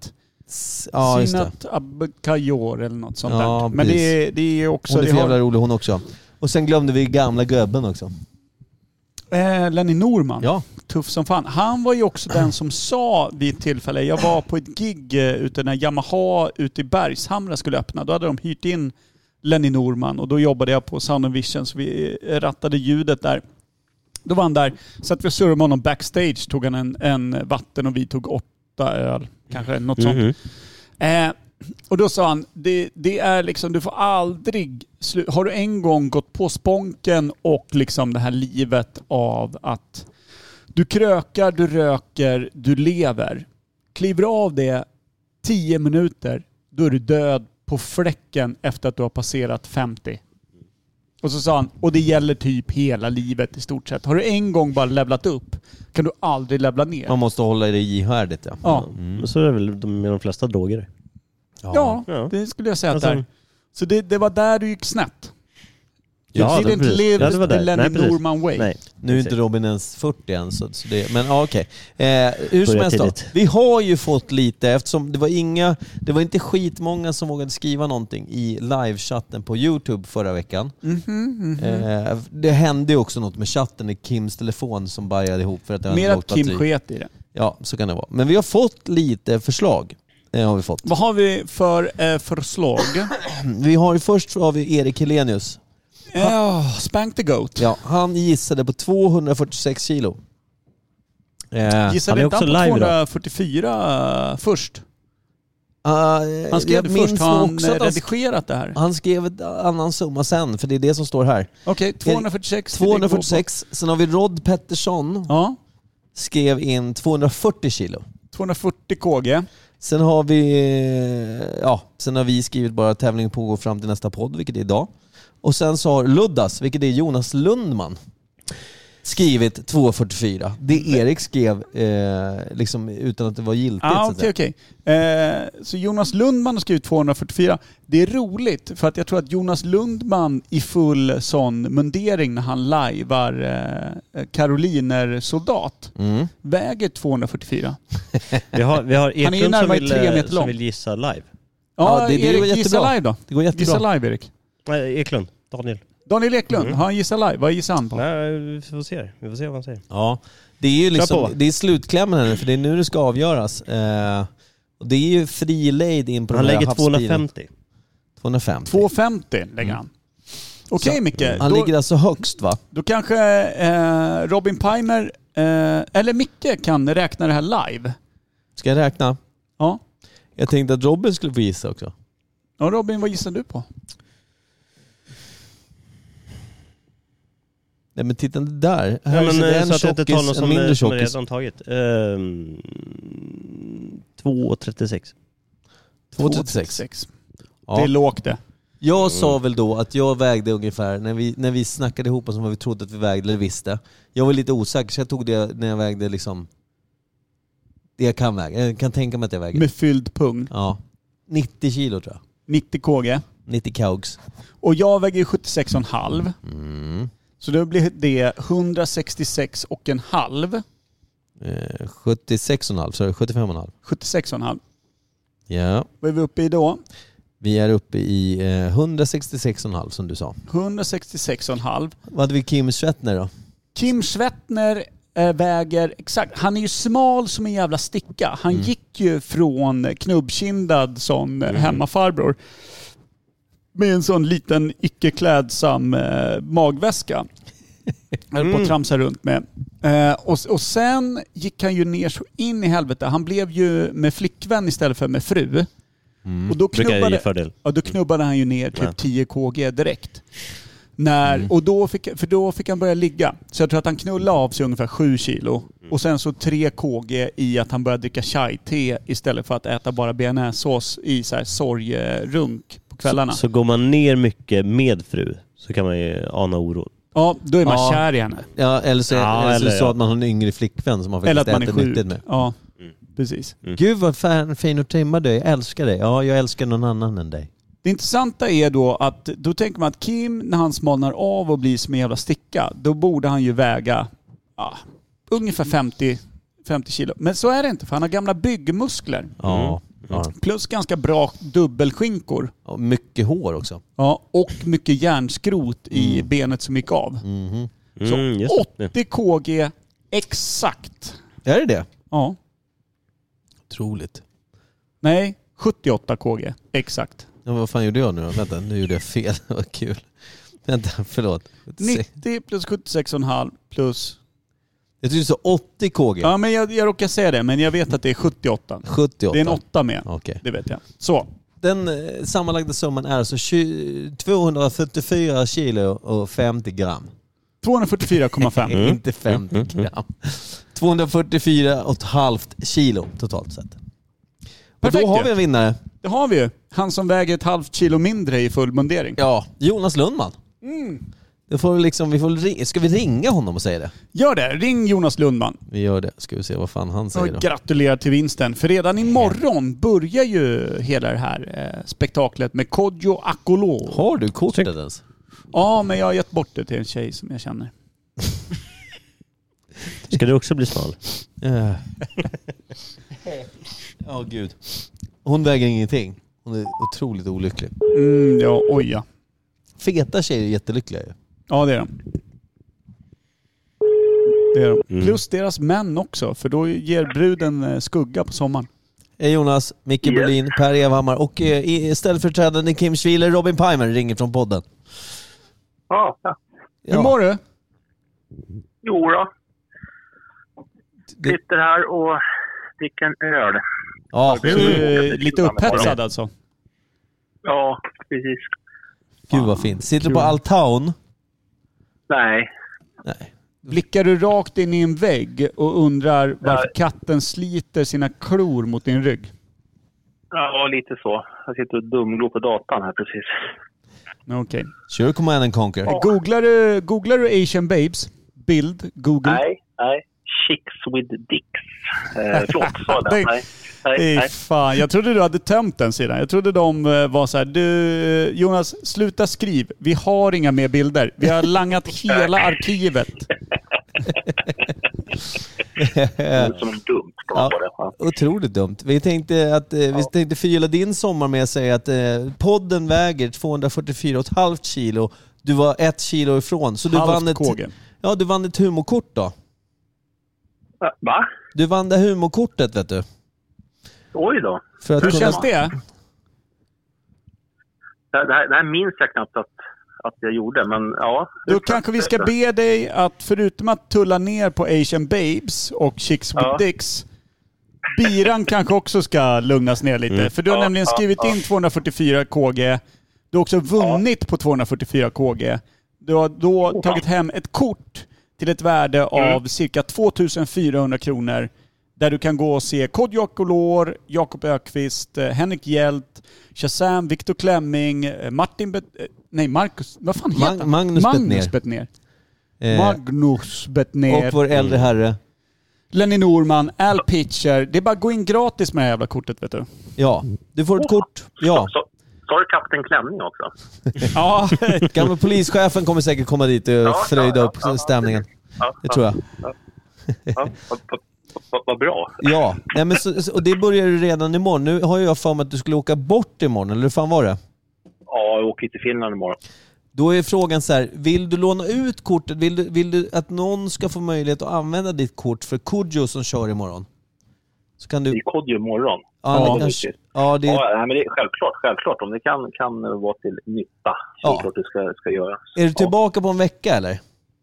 Sinat Abkajor eller något sånt där. Men det är också... Hon är jävla rolig hon också. Och sen glömde vi gamla gubben också. Lenny Norman. Ja. Tuff som fan. Han var ju också den som sa vid ett tillfälle, jag var på ett gig ute när Yamaha ute i Bergshamra skulle öppna. Då hade de hyrt in Lenny Norman, och då jobbade jag på Sound of Vision, så vi rattade ljudet där. Då var han där, så att vi surrade med honom backstage, tog han en vatten och vi tog 8 öl, kanske något sånt. Och då sa han, det är liksom, du får aldrig har du en gång gått på sponken och liksom det här livet av att du krökar, du röker, du lever. Kliver av det 10 minuter, då är du död på fläcken efter att du har passerat 50. Och så sa han, och det gäller typ hela livet i stort sett. Har du en gång bara levlat upp, kan du aldrig levla ner. Man måste hålla det ihärdigt, ja. Ja. Så är det väl med de flesta droger. Ja, det skulle jag säga att det är. Så det var där du gick snett. Ja, det är inte live the Lenny Norman way. Nej, nu är inte Robin ens 40 än, så det, men okej. Hur som helst då. Vi har ju fått lite, eftersom det var inte skitmånga som vågade skriva någonting i livechatten på YouTube förra veckan. Det hände ju också något med chatten i Kims telefon som bajade ihop för att det mer att Kim sket i det. Ja, så kan det vara. Men vi har fått lite förslag. Har vi fått. Vad har vi för förslag? Först har vi Erik Helenius. Spank the Goat. Ja, han gissade på 246 kilo. Gissade inte han på 244 först? Han skrev det först. Har han redigerat det här? Han skrev en annan summa sen, för det är det som står här. Okej, 246. 246. Sen har vi Rod Pettersson. Ja. Skrev in 240 kilo. 240 kg. Sen har vi skrivit bara tävling pågår fram till nästa podd, vilket är idag. Och sen så har Luddas, vilket är Jonas Lundman, skrivit 244. Det Erik skrev liksom utan att det var giltigt. Okej. Så Jonas Lundman har skrivit 244. Det är roligt, för att jag tror att Jonas Lundman i full sån mundering när han lajvar Karoliner soldat väger 244. Vi har han är ju närmare 3 meter lång. Som vill gissa live. Ja, det Erik, går jättebra. gissa live då. Det går jättebra. Gissa live, Erik. Eklund, Daniel Eklund, har han gissat live? Vad gissar han på? Nej, vi får se vad han säger. Ja, det är ju liksom, det är slutklämmen här, för det är nu det ska avgöras. Och det är ju fri lejd in på han den här lägger 250. 250 lägger han. Okej, Micke. Han ligger alltså högst, va? Då kanske Robin Pimer eller Micke kan räkna det här live. Ska jag räkna? Ja. Jag tänkte att Robin skulle få gissa också. Ja, Robin, vad gissar du på? Nej, men titta där. Här är det en så att jag inte tar någon som redan tagit. 236. 236. Ja. Det är lågt det. Jag sa väl då att jag vägde ungefär, när vi snackade ihop oss om vad vi trodde att vi vägde eller visste. Jag var lite osäker, så jag tog det när jag vägde liksom det jag kan väga. Jag kan tänka mig att jag väger. Med fylld pung. Ja. 90 kilo tror jag. 90 kg. 90 kgs. Och jag väger 76,5. Så då blir det 166,5. 76,5, så 75,5. 76,5. Ja. Vad är vi uppe i då? Vi är uppe i 166,5 som du sa. 166,5. Vad hade vi Kim Svettner då? Kim Svettner väger exakt. Han är ju smal som en jävla sticka. Han gick ju från knubbkindad sån hemmafarbror med en sån liten icke-klädsam magväska. Höll på att tramsa runt med. Och sen gick han ju ner så in i helvete. Han blev ju med flickvän istället för med fru. Och då knubbade han ju ner typ 10 kg direkt. Och då fick han börja ligga. Så jag tror att han knullade av sig ungefär 7 kilo. Och sen så 3 kg i att han började dricka chai-te istället för att äta bara bearnaisesås i så här sorgrunk på kvällarna. Så går man ner mycket med fru så kan man ju ana oro. Ja, då är man kär i henne. Ja, eller så att man har en yngre flickvän som man faktiskt äter nyttigt med. Ja, precis. Gud vad fin och trimmad du är. Jag älskar dig. Ja, jag älskar någon annan än dig. Det intressanta är då att då tänker man att Kim, när han smalnar av och blir som en jävla sticka, då borde han ju väga ungefär 50 kilo. Men så är det inte, för han har gamla byggmuskler. Ja. Plus ganska bra dubbelskinkor. Ja, mycket hår också. Ja, och mycket järnskrot i benet som gick av. Så 80 kg exakt. Är det? Ja. Otroligt. Nej, 78 kg exakt. Ja, men vad fan gjorde jag nu då? Vänta, nu gjorde jag fel. Det var kul. Vänta, förlåt. 90 plus 76,5 plus... Jag tycker så 80 kg. Ja, men jag råkar säga det, men jag vet att det är 78. 78. Det är en 8 med. Okej. Det vet jag. Så. Den sammanlagda summan är alltså 244 kilo och 50 gram. 244,5. Inte 50 gram. 244,5 kilo totalt sett. Och Perfekt, då har vi en vinnare. Det har vi ju. Han som väger ett halvt kilo mindre i full mundering. Ja, Jonas Lundman. Det får ska vi ringa honom och säga det? Gör det. Ring Jonas Lundman. Vi gör det. Ska vi se vad fan han Och säger då. gratulerar till vinsten. För redan imorgon börjar ju hela det här spektaklet med Kodjo Akolor. Har du kortet ens? Ja, men jag har gett bort det till en tjej som jag känner. Ska du också bli smal? Ja, gud. Hon väger ingenting. Hon är otroligt olycklig. Ja, oj ja. Feta tjejer är jättelyckliga ju. Ja, det är de. Det är de. Plus deras män också, för då ger bruden skugga på sommaren. Jonas, Micke Berlin, Per Evhammar och ställföreträdande Kim Schwiler, Robin Pimer ringer från podden. Ja. Hur mår du? Jo då. Sitter här och dricker en öl. Ja, Du är lite upphetsad alltså. Ja, precis. gud vad fint. Sitter du på Altaun? Nej. Blickar du rakt in i en vägg och undrar varför katten sliter sina klor mot din rygg? Ja, lite så. Jag sitter och dumglor på datan här precis. Okej. Kör Command and Conquer. Googlar du Asian Babes? Bild? Google? Nej. Chicks with dicks. Förlåt, sa det. Nej. Fan, jag trodde du hade tömt den sidan. Jag trodde de var så här: du Jonas, sluta skriv. Vi har inga mer bilder. Vi har langat hela arkivet. Som en dumt. Ja, otroligt dumt. Vi tänkte förgylla din sommar med att säga att podden väger 244,5 kilo. Du var 1 kilo ifrån. Så du vann ett humorkort då. Va? Du vann det humorkortet, vet du. Oj då. Hur känns det? Det här minns jag knappt att jag gjorde, men ja. Då kanske vi ska be dig att förutom att tulla ner på Asian Babes och Chicks with Dicks, biran kanske också ska lugnas ner lite. För du har nämligen skrivit in 244 kg. Du har också vunnit på 244 kg. Du har då tagit hem ett kort till ett värde av cirka 2400 kronor. Där du kan gå och se Kodjo Akolor, Jakob Ökvist, Henrik Hjelt, Shazam, Viktor Klemming, Marcus... Vad fan heter han? Magnus Bettner. Magnus Bettner. Och vår äldre herre. Lenny Norman, Al Pitcher. Det är bara att gå in gratis med det här jävla kortet, vet du. Ja, du får ett kort. Ja. Så har du Kapten Klemming också. Ja. Gamla polischefen kommer säkert komma dit och fröjda upp stämningen. Det tror jag. Vad bra. Ja, nej, men och det börjar ju redan imorgon. Nu har jag för mig att du skulle åka bort imorgon, eller hur fan var det? Ja, jag åker till Finland imorgon. Då är frågan så här, vill du låna ut kortet? Vill du att någon ska få möjlighet att använda ditt kort för Kodjo som kör imorgon? Så kan du... I Kodjo imorgon? Ja, men det är självklart. Om det kan vara till nytta. Så klart det ska göra. Är du tillbaka på en vecka, eller?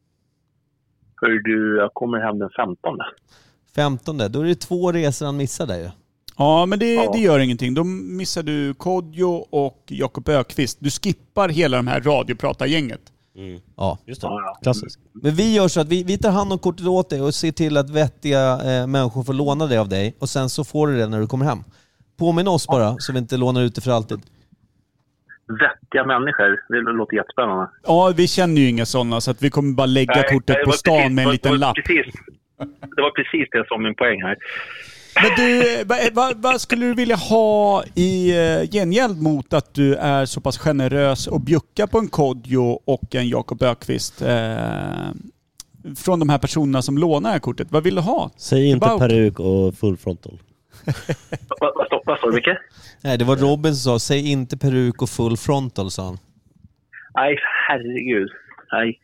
Jag kommer hem den 15. Då är det 2 resor han missar där ju. Ja, men det gör ingenting. Då missar du Kodjo och Jakob Ökvist. Du skippar hela de här radiopratargänget. Ja, just det. Klassiskt. Men vi gör så att vi tar hand om kortet åt dig och ser till att vettiga människor får låna det av dig. Och sen så får du det när du kommer hem. Påminn oss bara, så vi inte lånar ut det för alltid. Vettiga människor, det låter jättespännande. Ja, vi känner ju inga sådana, så att vi kommer bara lägga kortet på stan med en liten lapp. Det var precis det som min poäng här. Men du, vad skulle du vilja ha i gengäld mot att du är så pass generös och bjuckar på en Kodjo och en Jakob Ökvist från de här personerna som lånar det här kortet? Vad vill du ha? Säg inte peruk och full frontal. Vad sa du, Micke? Nej, det var Robin som sa, säg inte peruk och full frontal, sa han. Nej, herregud. Nej.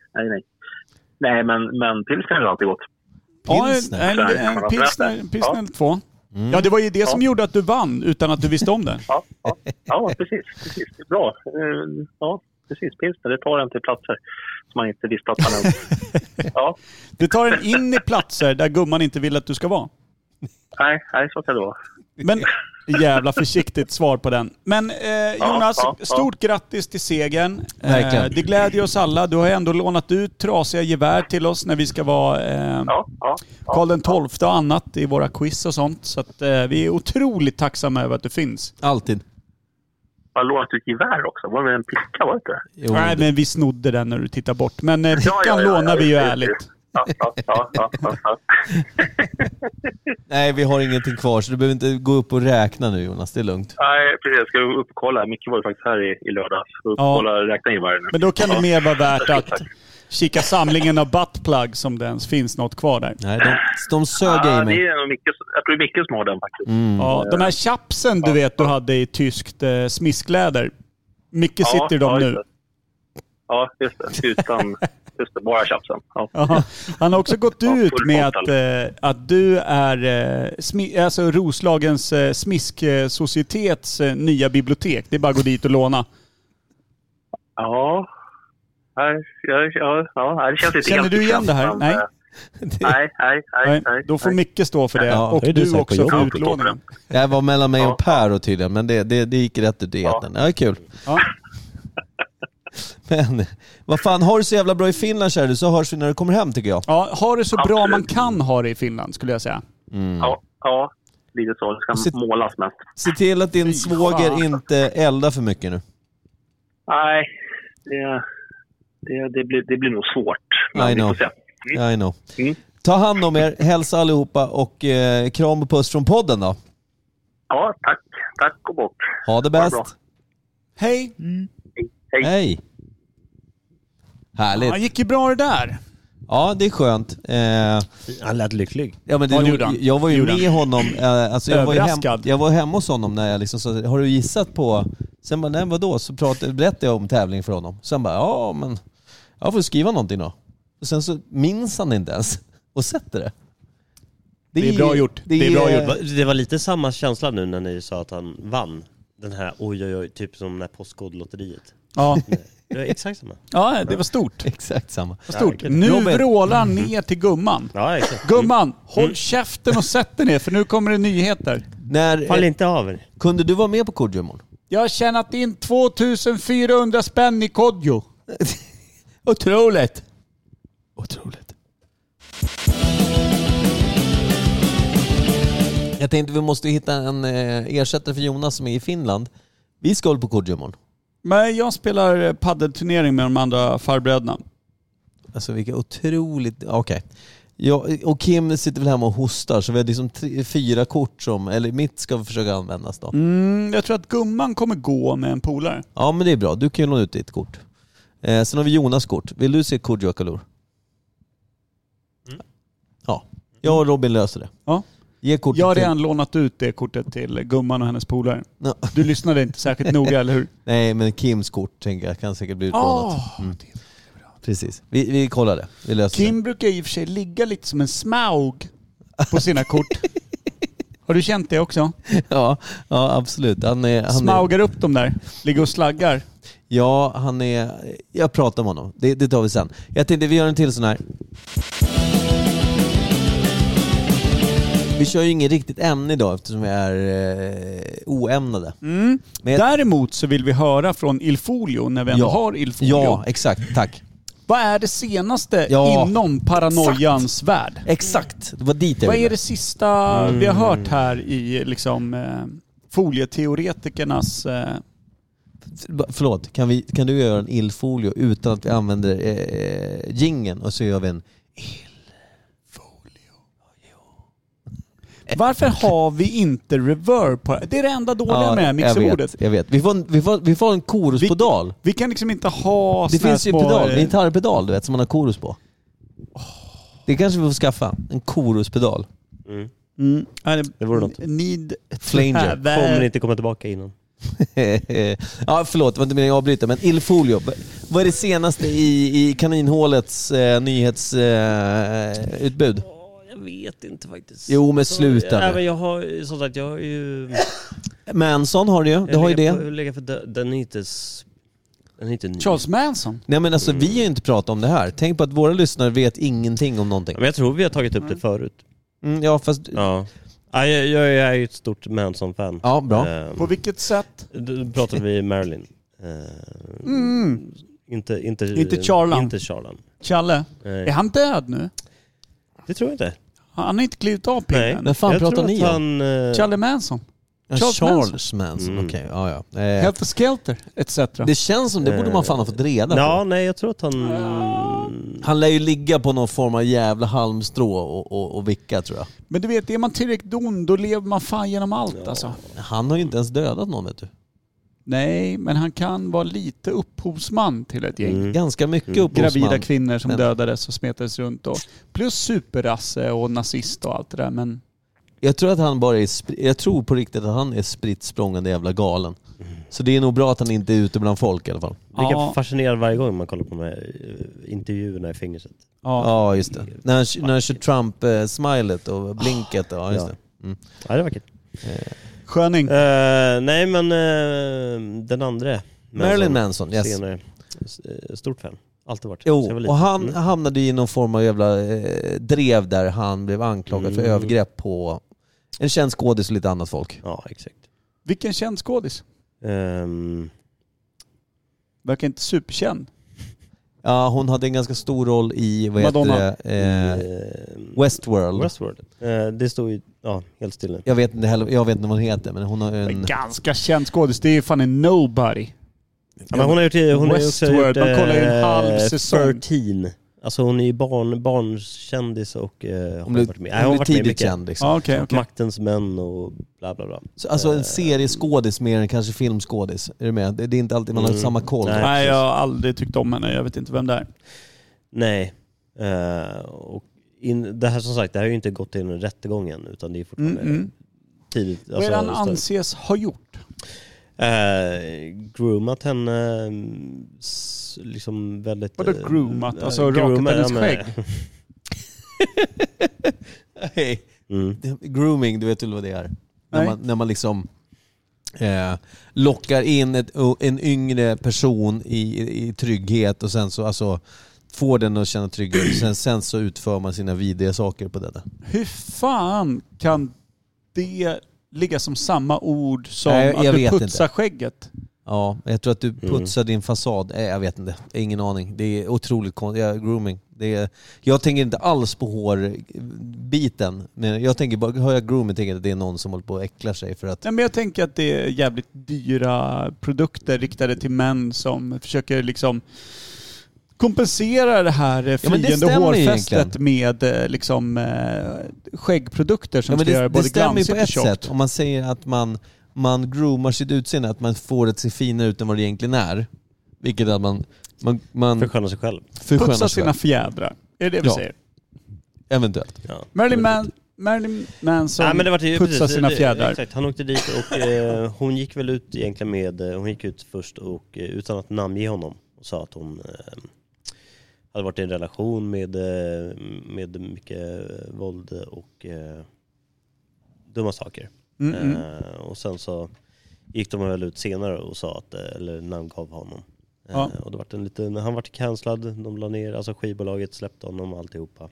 Nej, men pilsner är alltid gott. Ja, en pilsner eller 2. Ja, det var ju det som gjorde att du vann utan att du visste om det. Ja, precis. Bra. Ja, precis. Pilsner, det tar en till platser som man inte visste att man ens... Ja. Det tar en in i platser där gumman inte vill att du ska vara. Nej, så kan det vara. Men jävla försiktigt svar på den. Men Jonas, stort grattis till segern. Det glädjer oss alla. Du har ändå lånat ut trasiga gevär till oss när vi ska vara Karl den 12 och annat i våra quiz och sånt. Så att, vi är otroligt tacksamma över att du finns. Alltid. Jag har lånat ut gevär också. Var det en picka, var det inte? Nej, men vi snodde den när du tittar bort. Men pickan lånar vi ju ärligt. Ja. Nej, vi har ingenting kvar så du behöver inte gå upp och räkna nu, Jonas. Det är lugnt. Nej, precis. Jag ska upp och kolla. Micke var ju faktiskt här i lördags. Räkna in varje nu. Men då kan det mer vara värt att kika samlingen av buttplug som det ens finns något kvar där. Nej, de sög i mig. Det är nog Micke, jag tror Micke som har den faktiskt. Ja, de här chapsen du vet du hade i tyskt smiskläder. Micke sitter i dem nu. Ja, just det. Just det, bara chapsen. Ja. Han har också gått ut med att du är alltså Roslagens smisksocietets nya bibliotek. Det är bara att gå dit och låna. Ja, det känns lite. Känner du igen det här? Nej. Nej. Då får Micke stå för det. Ja, och du också för utlåningen. Det var mellan mig och Per och tydligen, men det gick rätt ut i eten. Ja, kul. Ja. Men vad fan, har du så jävla bra i Finland, kär du, så hörs vi när du kommer hem, tycker jag. Ja, har du så bra man kan ha det i Finland, skulle jag säga. Ja, lite så. Det ska målas mest. Se till att din svåger inte eldar för mycket nu. Nej, det blir nog svårt. I know. Ta hand om er, hälsa allihopa och kram och puss från podden då. Ja, tack och bort. Ha det bäst. Hej. Hej. Härligt. Ja, gick ju bra det där. Ja, det är skönt. Han lät lycklig. Ja, men jag var ju med honom. Alltså jag var hemma hos honom när jag liksom sa, har du gissat på... Sen bara, nej vadå? Så berättade jag om tävling för honom. Sen bara, ja men jag får skriva någonting då. Och sen så minns han inte ens och sätter det. Det är bra gjort. Det var lite samma känsla nu när ni sa att han vann. Den här, oj, typ som när Postkodlotteriet. Ja. Det var exakt samma. Ja, det var stort. Exakt samma. Stort. Nu vrålar han ner till gumman. Ja, exakt. Gumman, håll käften och sätt dig ner, för nu kommer det nyheter. Fall inte av er. Kunde du vara med på Kodjomon? Jag har tjänat in 2400 spänn i Kodjo. Otroligt. Jag tänkte vi måste hitta en ersättare för Jonas som är i Finland. Vi ska hålla på Kodjomon. Men jag spelar paddelturnering med de andra farbröderna. Alltså vilka otroligt... Okej. Och Kim sitter väl hemma och hostar, så vi har liksom 4 kort som... Eller mitt ska vi försöka användas då. Jag tror att gumman kommer gå med en polare. Ja, men det är bra. Du kan ju låna ut ditt kort. Sen har vi Jonas kort. Vill du se Kodjo Kalor? Ja. Jag och Robin löser det. Ja. Jag har redan lånat ut det kortet till gumman och hennes polare. No. Du lyssnade inte särskilt noga, eller hur? Nej, men Kims kort tänker jag kan säkert bli utlånat. Precis. Vi kollar det. Vi löser Kim det. brukar i och för sig ligga lite som en smaug på sina kort. Har du känt det också? Ja, absolut. Han smaugar upp dem där. Ligger och slaggar. Ja, jag pratar med honom. Det tar vi sen. Jag tänkte vi gör en till sån här. Vi kör ju inget riktigt ämne idag eftersom vi är oämnade. Men däremot så vill vi höra från Ilfolio när vi ändå har Ilfolio. Ja, exakt. Tack. Vad är det senaste inom paranoians värld? Exakt. Det var dit jag Vad är det sista vi har hört här i liksom folieteoretikernas... Förlåt, kan du göra en Ilfolio utan att vi använder jingeln och så gör vi en Varför har vi inte reverb på det? Det är det enda dåliga med mixerbordet. Jag vet. Vi får en koruspedal. Vi kan liksom inte ha... Det finns ju pedal, en gitarrpedal du vet, som man har korus på. Det kanske vi får skaffa. En koruspedal. Det vore något. Need Flanger. Kommer inte komma tillbaka innan. Ja, förlåt, det var inte meningen att avbryta. Men Ilfolio, vad är det senaste i kaninhålets nyhetsutbud? Jag vet inte faktiskt. Jo, men sluta. Även jag har, som sagt, jag har ju... Manson har du ju. Du har ju det. Jag lägger för den är inte ny. Charles Manson? Nej, men alltså vi har ju inte pratat om det här. Tänk på att våra lyssnare vet ingenting om någonting. Men jag tror vi har tagit upp det förut. Ja, fast... Ja. Jag är ju ett stort Manson-fan. Ja, bra. På vilket sätt? Då pratade vi Marilyn. Inte Charlan. Inte Charlan. Challe? Är han död nu? Det tror jag inte. Han har inte klivit av pinnen. Men fan pratar ni om? Charlie Manson. Charles Manson. Okej, ja. Helter Skelter, etc. Det känns som det borde man fan ha fått reda på. Ja, nej, jag tror att han... Han lär ju ligga på någon form av jävla halmstrå och vicka, tror jag. Men du vet, är man tillräckligt ond, då lever man fan genom allt alltså. Han har ju inte ens dödat någon, vet du. Nej, men han kan vara lite upphovsman till ett gäng. Ganska mycket upphovsman. Gravida kvinnor som dödades och smetades runt. Plus superrasse och nazist och allt det där. Men... Jag tror att han bara jag tror på riktigt att han är spritt språngande jävla galen. Så det är nog bra att han inte är ute bland folk i alla fall. Det kan fascinera varje gång man kollar på de här intervjuerna i fängelset. Ja, just det. När han kör Trump-smilet och blinket. Ja, just det. Ja, det var kul. Sköning. Nej, men den andra Marilyn Manson, yes. Senare. Stort fan. Alltid varit. Jo, och han hamnade i någon form av jävla drev där han blev anklagad för övergrepp på en känd skådis och lite annat folk. Ja, exakt. Vilken känd skådis? Verkar inte superkänd. Ja, hon hade en ganska stor roll i Madonna. Westworld. Det står ju helt stilla. Jag vet inte vad hon heter, men hon har en ganska känd skådis. Det är fan en nobody. Ja, men hon har gjort Westworld. Man kollar ju en halv säsong. 13. Alltså hon är ju barnkändis och hon blev tidigt känd liksom. Okay. Maktens män och bla bla bla. Så, alltså en serieskådis mer än kanske filmskådis. Är du med? Det är inte alltid man har samma koll. Nej, jag har aldrig tyckt om henne. Jag vet inte vem det är. Nej. Och det här, som sagt, det här har ju inte gått in i rättegången, utan det är fortfarande tidigt. Vad är det han anses ha gjort? Groomat henne liksom väldigt... Vadå groomat? Alltså rakat hennes skägg? Hey. Grooming, du vet väl vad det är? När man liksom lockar in en yngre person i trygghet och sen så alltså får den att känna trygghet. Sen så utför man sina vidriga saker på det. Hur fan kan det ligga som samma ord som att du putsar skägget? Ja, jag tror att du putsar din fasad. Jag vet inte, ingen aning. Det är otroligt konstigt. Grooming. Jag tänker inte alls på hårbiten. Men jag tänker bara, hör jag grooming, tänker att det är någon som håller på att äckla sig för att... Nej, men jag tänker att det är jävligt dyra produkter riktade till män som försöker liksom kompensera det här flygande hårfästet med liksom skäggprodukter som ska göra både glansigt och tjockt. Det stämmer på ett sätt. Om man säger att man groomar sitt utseende, att man får det att se finare ut än vad det egentligen är. Vilket att man förskönar sig själv. Putsa sina fjädrar. Är det vi säger? Eventuellt. Ja. Marilyn Manson putsar sina fjädrar. Exakt, han åkte dit och hon gick väl ut egentligen hon gick ut först och utan att namnge honom och sa att hon hade varit i en relation med mycket våld och dumma saker. Och sen så gick de väl ut senare och sa att, eller namngav honom. Och det var han var cancellad, de la ner, alltså skivbolaget släppte honom alltihopa.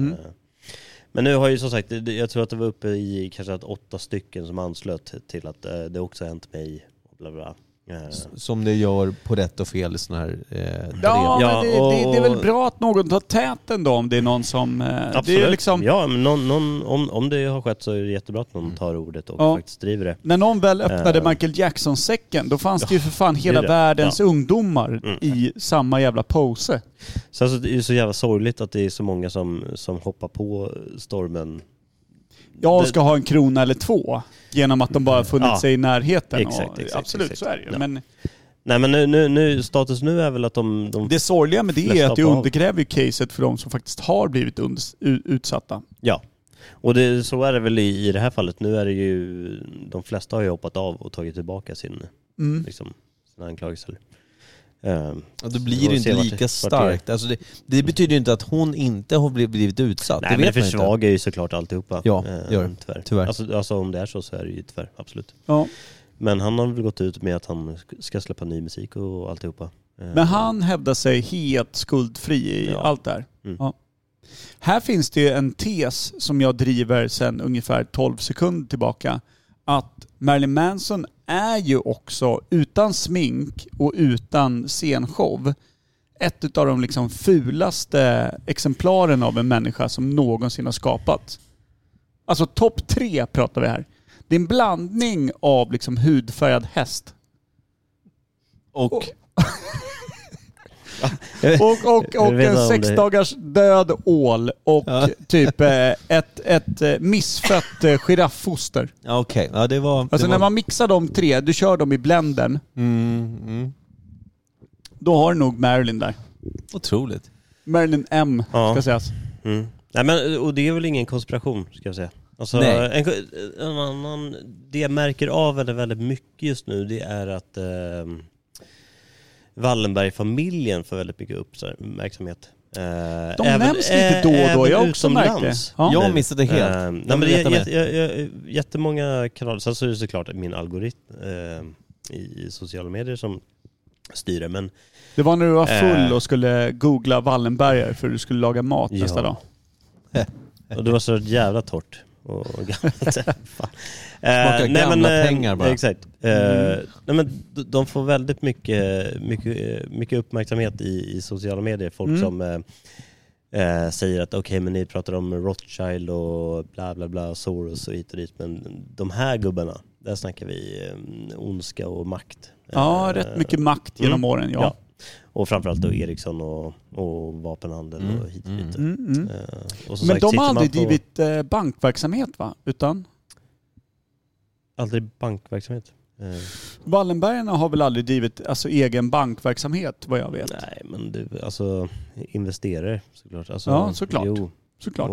Men nu har ju som sagt, jag tror att det var uppe i kanske 8 stycken som anslöt till att det också hänt mig och bla bla. Som det gör på rätt och fel i såna här men det är väl bra att någon tar täten då, om det är någon som... Absolut. Det är liksom... Ja, men om det har skett så är det jättebra att någon tar ordet och faktiskt driver det. När någon väl öppnade Michael Jackson-säcken, då fanns det ju för fan hela världens ungdomar i samma jävla pose. Så alltså, det är så jävla sorgligt att det är så många som hoppar på stormen. Jag ska ha en krona eller 2 genom att de bara funnit sig i närheten. Exakt, absolut, så är det ju. Ja. Men... Nej, men nu status nu är väl att de det sorgliga med det är att det undergräver caset för de som faktiskt har blivit utsatta. Ja, och så är det väl i det här fallet. Nu är det ju, de flesta har ju hoppat av och tagit tillbaka sina anklagelser. Då blir det inte lika starkt. Alltså det betyder inte att hon inte har blivit utsatt. Nej, men det försvagar ju såklart alltihopa. Ja, tyvärr. Alltså om det är så är det ju tyvärr, absolut. Ja. Men han har väl gått ut med att han ska släppa ny musik och alltihopa. Men han hävdar sig helt skuldfri i allt det här. Ja. Här finns det en tes som jag driver sedan ungefär 12 sekunder tillbaka. Att Marilyn Manson är ju också utan smink och utan scenshow ett av de liksom fulaste exemplaren av en människa som någonsin har skapat. Alltså topp 3 pratar vi här. Det är en blandning av liksom hudfärgad häst. Och en 6 dagars död ål och typ ett missfött girafffoster. Okej, ja, det var... Alltså när man mixar de 3, du kör dem i blendern. Då har du nog Marilyn där. Otroligt. Marilyn M, ska sägas. Nej, men, och det är väl ingen konspiration, ska jag säga. Alltså, en annan, det jag märker av väldigt mycket just nu, det är att Wallenberg-familjen får väldigt mycket uppmärksamhet. De nämns lite då och då, jag också märkt det. Ja. Jag missade helt. Jättemånga kanaler, så är det såklart min algoritm i sociala medier som styr det, men det var när du var full och skulle googla Wallenbergare för du skulle laga mat nästa dag. Och det var så jävla torrt. Och Smakar gamla pengar bara. Exakt. Nej, men de får väldigt mycket uppmärksamhet i sociala medier. Folk som säger att okej, men ni pratar om Rothschild och bla bla bla, Soros och hit och dit. Men de här gubbarna, där snackar vi ondska och makt. Ja, rätt mycket makt genom åren, ja. Och framförallt då Ericsson och vapenhandel och hit och dit. Och men de har aldrig drivit bankverksamhet, va? Utan? Aldrig bankverksamhet. Wallenbergarna har väl aldrig drivit egen bankverksamhet, vad jag vet. Nej, men det, alltså investerare såklart. Alltså, ja, såklart. Såklart.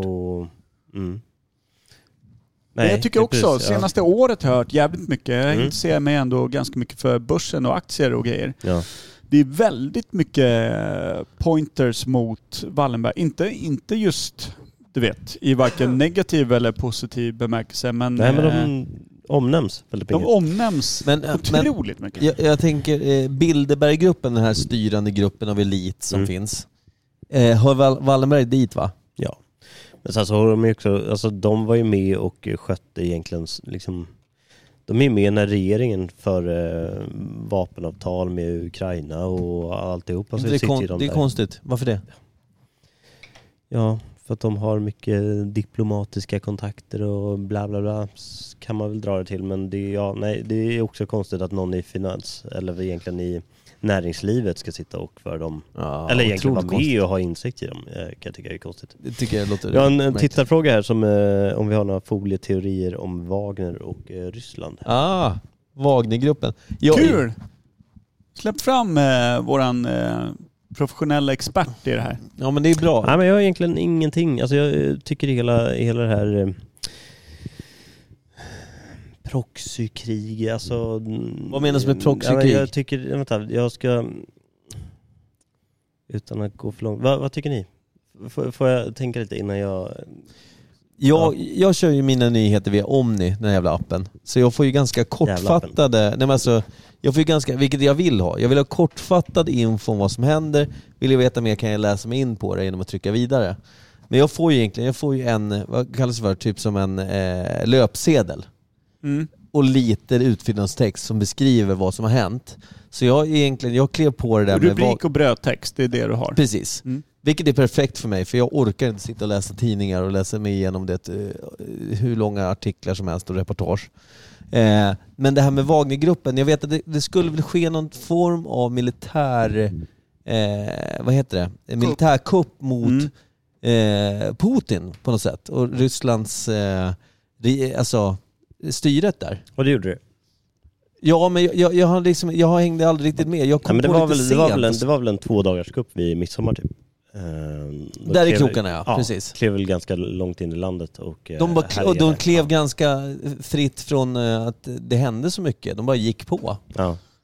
Nej, jag tycker också, senaste året har jag hört jävligt mycket. Jag intresserar mig ändå ganska mycket för börsen och aktier och grejer. Ja. Det är väldigt mycket pointers mot Wallenberg. Inte just, du vet, i varken negativ eller positiv bemärkelse. Men de omnämns väldigt mycket. De omnämns otroligt mycket. Jag tänker, Bilderberggruppen, den här styrande gruppen av elit som finns. Har Wallenberg dit, va? Ja. Men sen så har de ju också, alltså de var ju med och skötte egentligen liksom, de är med när regeringen för vapenavtal med Ukraina och alltihopa. Det är konstigt. Varför det? Ja, för att de har mycket diplomatiska kontakter och bla bla bla, kan man väl dra det till. Men det är också konstigt att någon i finans eller egentligen i näringslivet ska sitta och för dem. Ja, eller egentligen vara med och ha insikt i dem. Kan jag tycka är konstigt. Det tycker jag låter. Jag har en tittarfråga här som om vi har några folieteorier om Wagner och Ryssland. Wagnergruppen. Kul! Släpp fram våran professionella expert i det här. Ja, men det är bra. Nej, men jag har egentligen ingenting. Alltså jag tycker hela det här proxykrig, alltså... Vad menas med proxykrig? Jag tycker, jag ska... Utan att gå för långt. Vad tycker ni? Får jag tänka lite innan jag... Jag kör ju mina nyheter via Omni, den här jävla appen. Så jag får ju ganska kortfattade... Nej, men alltså, jag får ju ganska... Vilket jag vill ha. Jag vill ha kortfattad info om vad som händer. Vill jag veta mer kan jag läsa mig in på det genom att trycka vidare. Men jag får ju en... Vad kallas det för? Typ som en löpsedel. Och lite utfyllnadstext som beskriver vad som har hänt. Så jag klev på det där med... Rubrik och brödtext, det är det du har. Precis. Vilket är perfekt för mig, för jag orkar inte sitta och läsa tidningar och läsa mig igenom det, hur långa artiklar som helst och reportage. Men det här med Wagnergruppen, jag vet att det skulle väl ske någon form av militär... militärkupp mot Putin på något sätt. Och Rysslands... styret där. Och det gjorde du? Ja, men jag hängde aldrig riktigt med. Jag kom men det var väl en 2 dagars kupp vid midsommar typ. Där är krokarna, ja, precis. Klev väl ganska långt in i landet och de klev ganska fritt från att det hände så mycket. De bara gick på. Ja.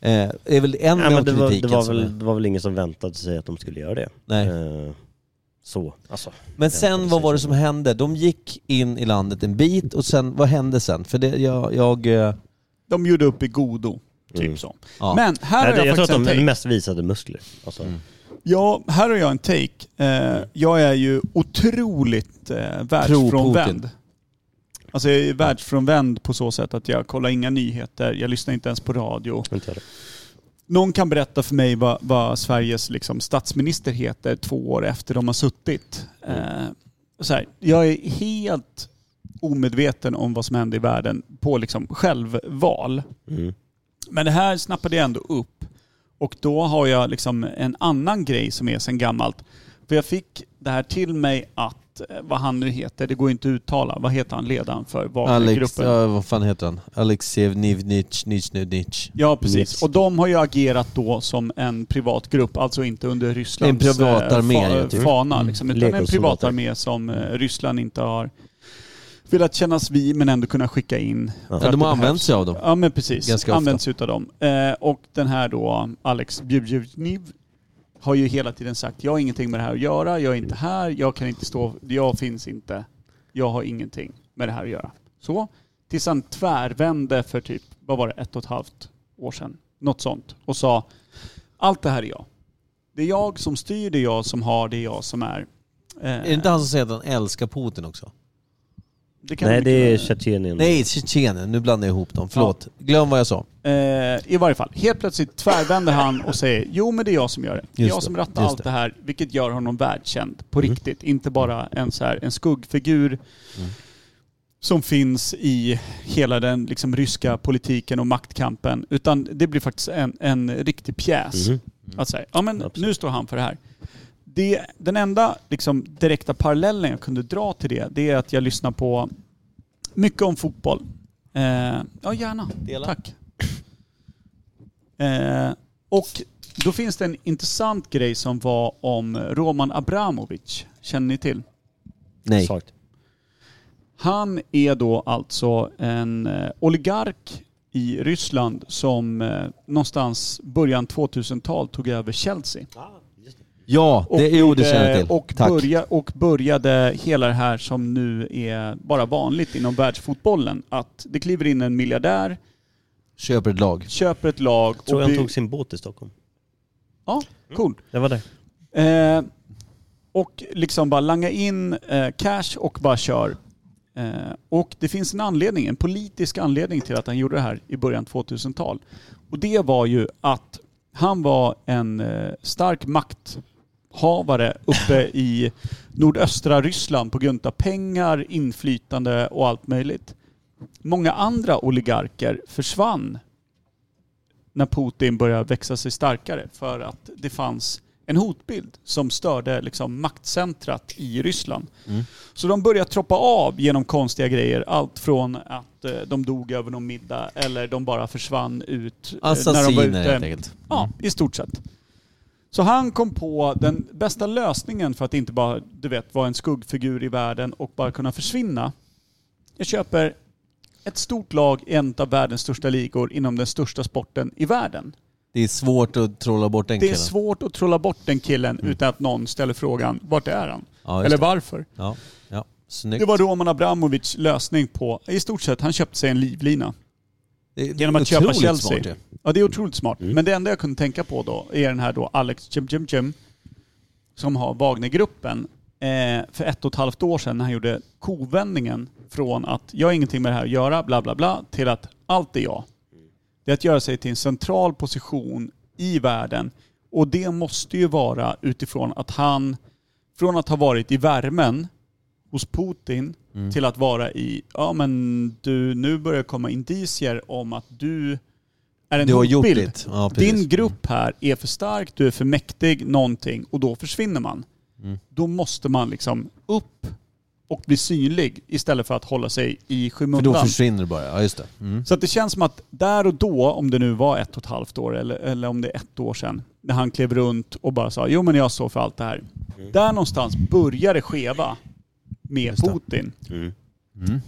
är väl en av kritiken. Det var väl ingen som väntade sig att de skulle göra det. Nej. Så, alltså. Men sen, vad var det som hände? De gick in i landet en bit och sen, vad hände sen? För det, De gjorde upp i godo, typ så. Ja. Men här har jag tror faktiskt att de mest visade muskler. Alltså. Ja, här har jag en take. Jag är ju otroligt världsfrånvänd. Alltså jag är världsfrånvänd på så sätt att jag kollar inga nyheter, jag lyssnar inte ens på radio. Någon kan berätta för mig vad Sveriges liksom, statsminister heter 2 år efter de har suttit. Så här, jag är helt omedveten om vad som händer i världen på liksom, självval. Men det här snappade jag ändå upp. Och då har jag liksom en annan grej som är sedan gammalt. För jag fick det här till mig att, vad han nu heter, det går inte att uttala. Vad heter han, ledaren för Wagnergruppen? Vad fan heter han? Alexejevnich. Ja, precis. Och de har ju agerat då som en privat grupp, alltså inte under Rysslands en privat armé, fana. Liksom, utan en privat armé som Ryssland inte har velat kännas vid, men ändå kunna skicka in. Ja, de har använt sig av dem. Ja, men precis. Ganska använt sig utav dem. Och den här då, Alex Bjuvjevniv, har ju hela tiden sagt, jag har ingenting med det här att göra, jag är inte här, jag kan inte stå, jag finns inte, jag har ingenting med det här att göra. Så, tills han tvärvände för typ, vad var det, 1,5 år sedan, något sånt, och sa, allt det här är jag. Det är jag som styr, det är jag som har, det är jag som är. Är det inte han som säger att han älskar Putin också? Nej, det är Tjetjenien. Nej, Tjetjenien. Nu blandar jag ihop dem. Förlåt. Ja. Glöm vad jag sa. I varje fall. Helt plötsligt tvärvänder han och säger, jo men det är jag som gör det. Det är jag som rattar allt det här, vilket gör honom världskänd på riktigt. Inte bara en skuggfigur som finns i hela den liksom, ryska politiken och maktkampen. Utan det blir faktiskt en riktig pjäs. Att säga, ja men nu står han för det här. Den enda liksom, direkta parallellen jag kunde dra till det är att jag lyssnar på mycket om fotboll. Ja, gärna. Tack. Och då finns det en intressant grej som var om Roman Abramovich. Känner ni till? Nej. Han är då alltså en oligark i Ryssland som någonstans början 2000-tal tog över Chelsea. Ja, det känner jag till. Och började hela det här som nu är bara vanligt inom världsfotbollen. Att det kliver in en miljardär. Köper ett lag. Jag tror han tog sin båt i Stockholm. Ja, cool. Det var det. Och liksom bara langa in cash och bara kör. Och det finns en politisk anledning till att han gjorde det här i början 2000-tal. Och det var ju att han var en stark makthavare uppe i nordöstra Ryssland på grund av pengar, inflytande och allt möjligt. Många andra oligarker försvann när Putin började växa sig starkare för att det fanns en hotbild som störde liksom maktcentrat i Ryssland. Så de började troppa av genom konstiga grejer. Allt från att de dog över någon middag eller de bara försvann ut. Assassiner när de var ute. Helt enkelt. Ja, i stort sett. Så han kom på den bästa lösningen för att inte bara, vara en skuggfigur i världen och bara kunna försvinna. Jag köper ett stort lag i en av världens största ligor inom den största sporten i världen. Det är svårt att trolla bort den killen. Det är svårt att trolla bort den killen utan att någon ställer frågan, vart är han? Ja, eller varför? Ja. Snyggt. Det var Roman Abramovichs lösning på, i stort sett, han köpte sig en livlina. Genom att köpa Chelsea. Smart, ja, det är otroligt smart. Men det enda jag kunde tänka på då är den här då Alex Jim som har Wagnergruppen för 1,5 år sedan när han gjorde kovändningen från att jag har ingenting med det här att göra, bla bla bla, till att allt är jag. Det är att göra sig till en central position i världen. Och det måste ju vara utifrån att han, från att ha varit i värmen hos Putin till att vara i, ja men du, nu börjar komma indicier om att du är en hotbild. Ja, din grupp här är för stark, du är för mäktig, någonting, och då försvinner man. Då måste man liksom upp och bli synlig istället för att hålla sig i skymundan. För då försvinner det bara, ja just det. Så att det känns som att där och då, om det nu var 1,5 år eller om det är 1 år sedan, när han klev runt och bara sa, jo men jag står för allt det här. Där någonstans börjar det skeva med Putin.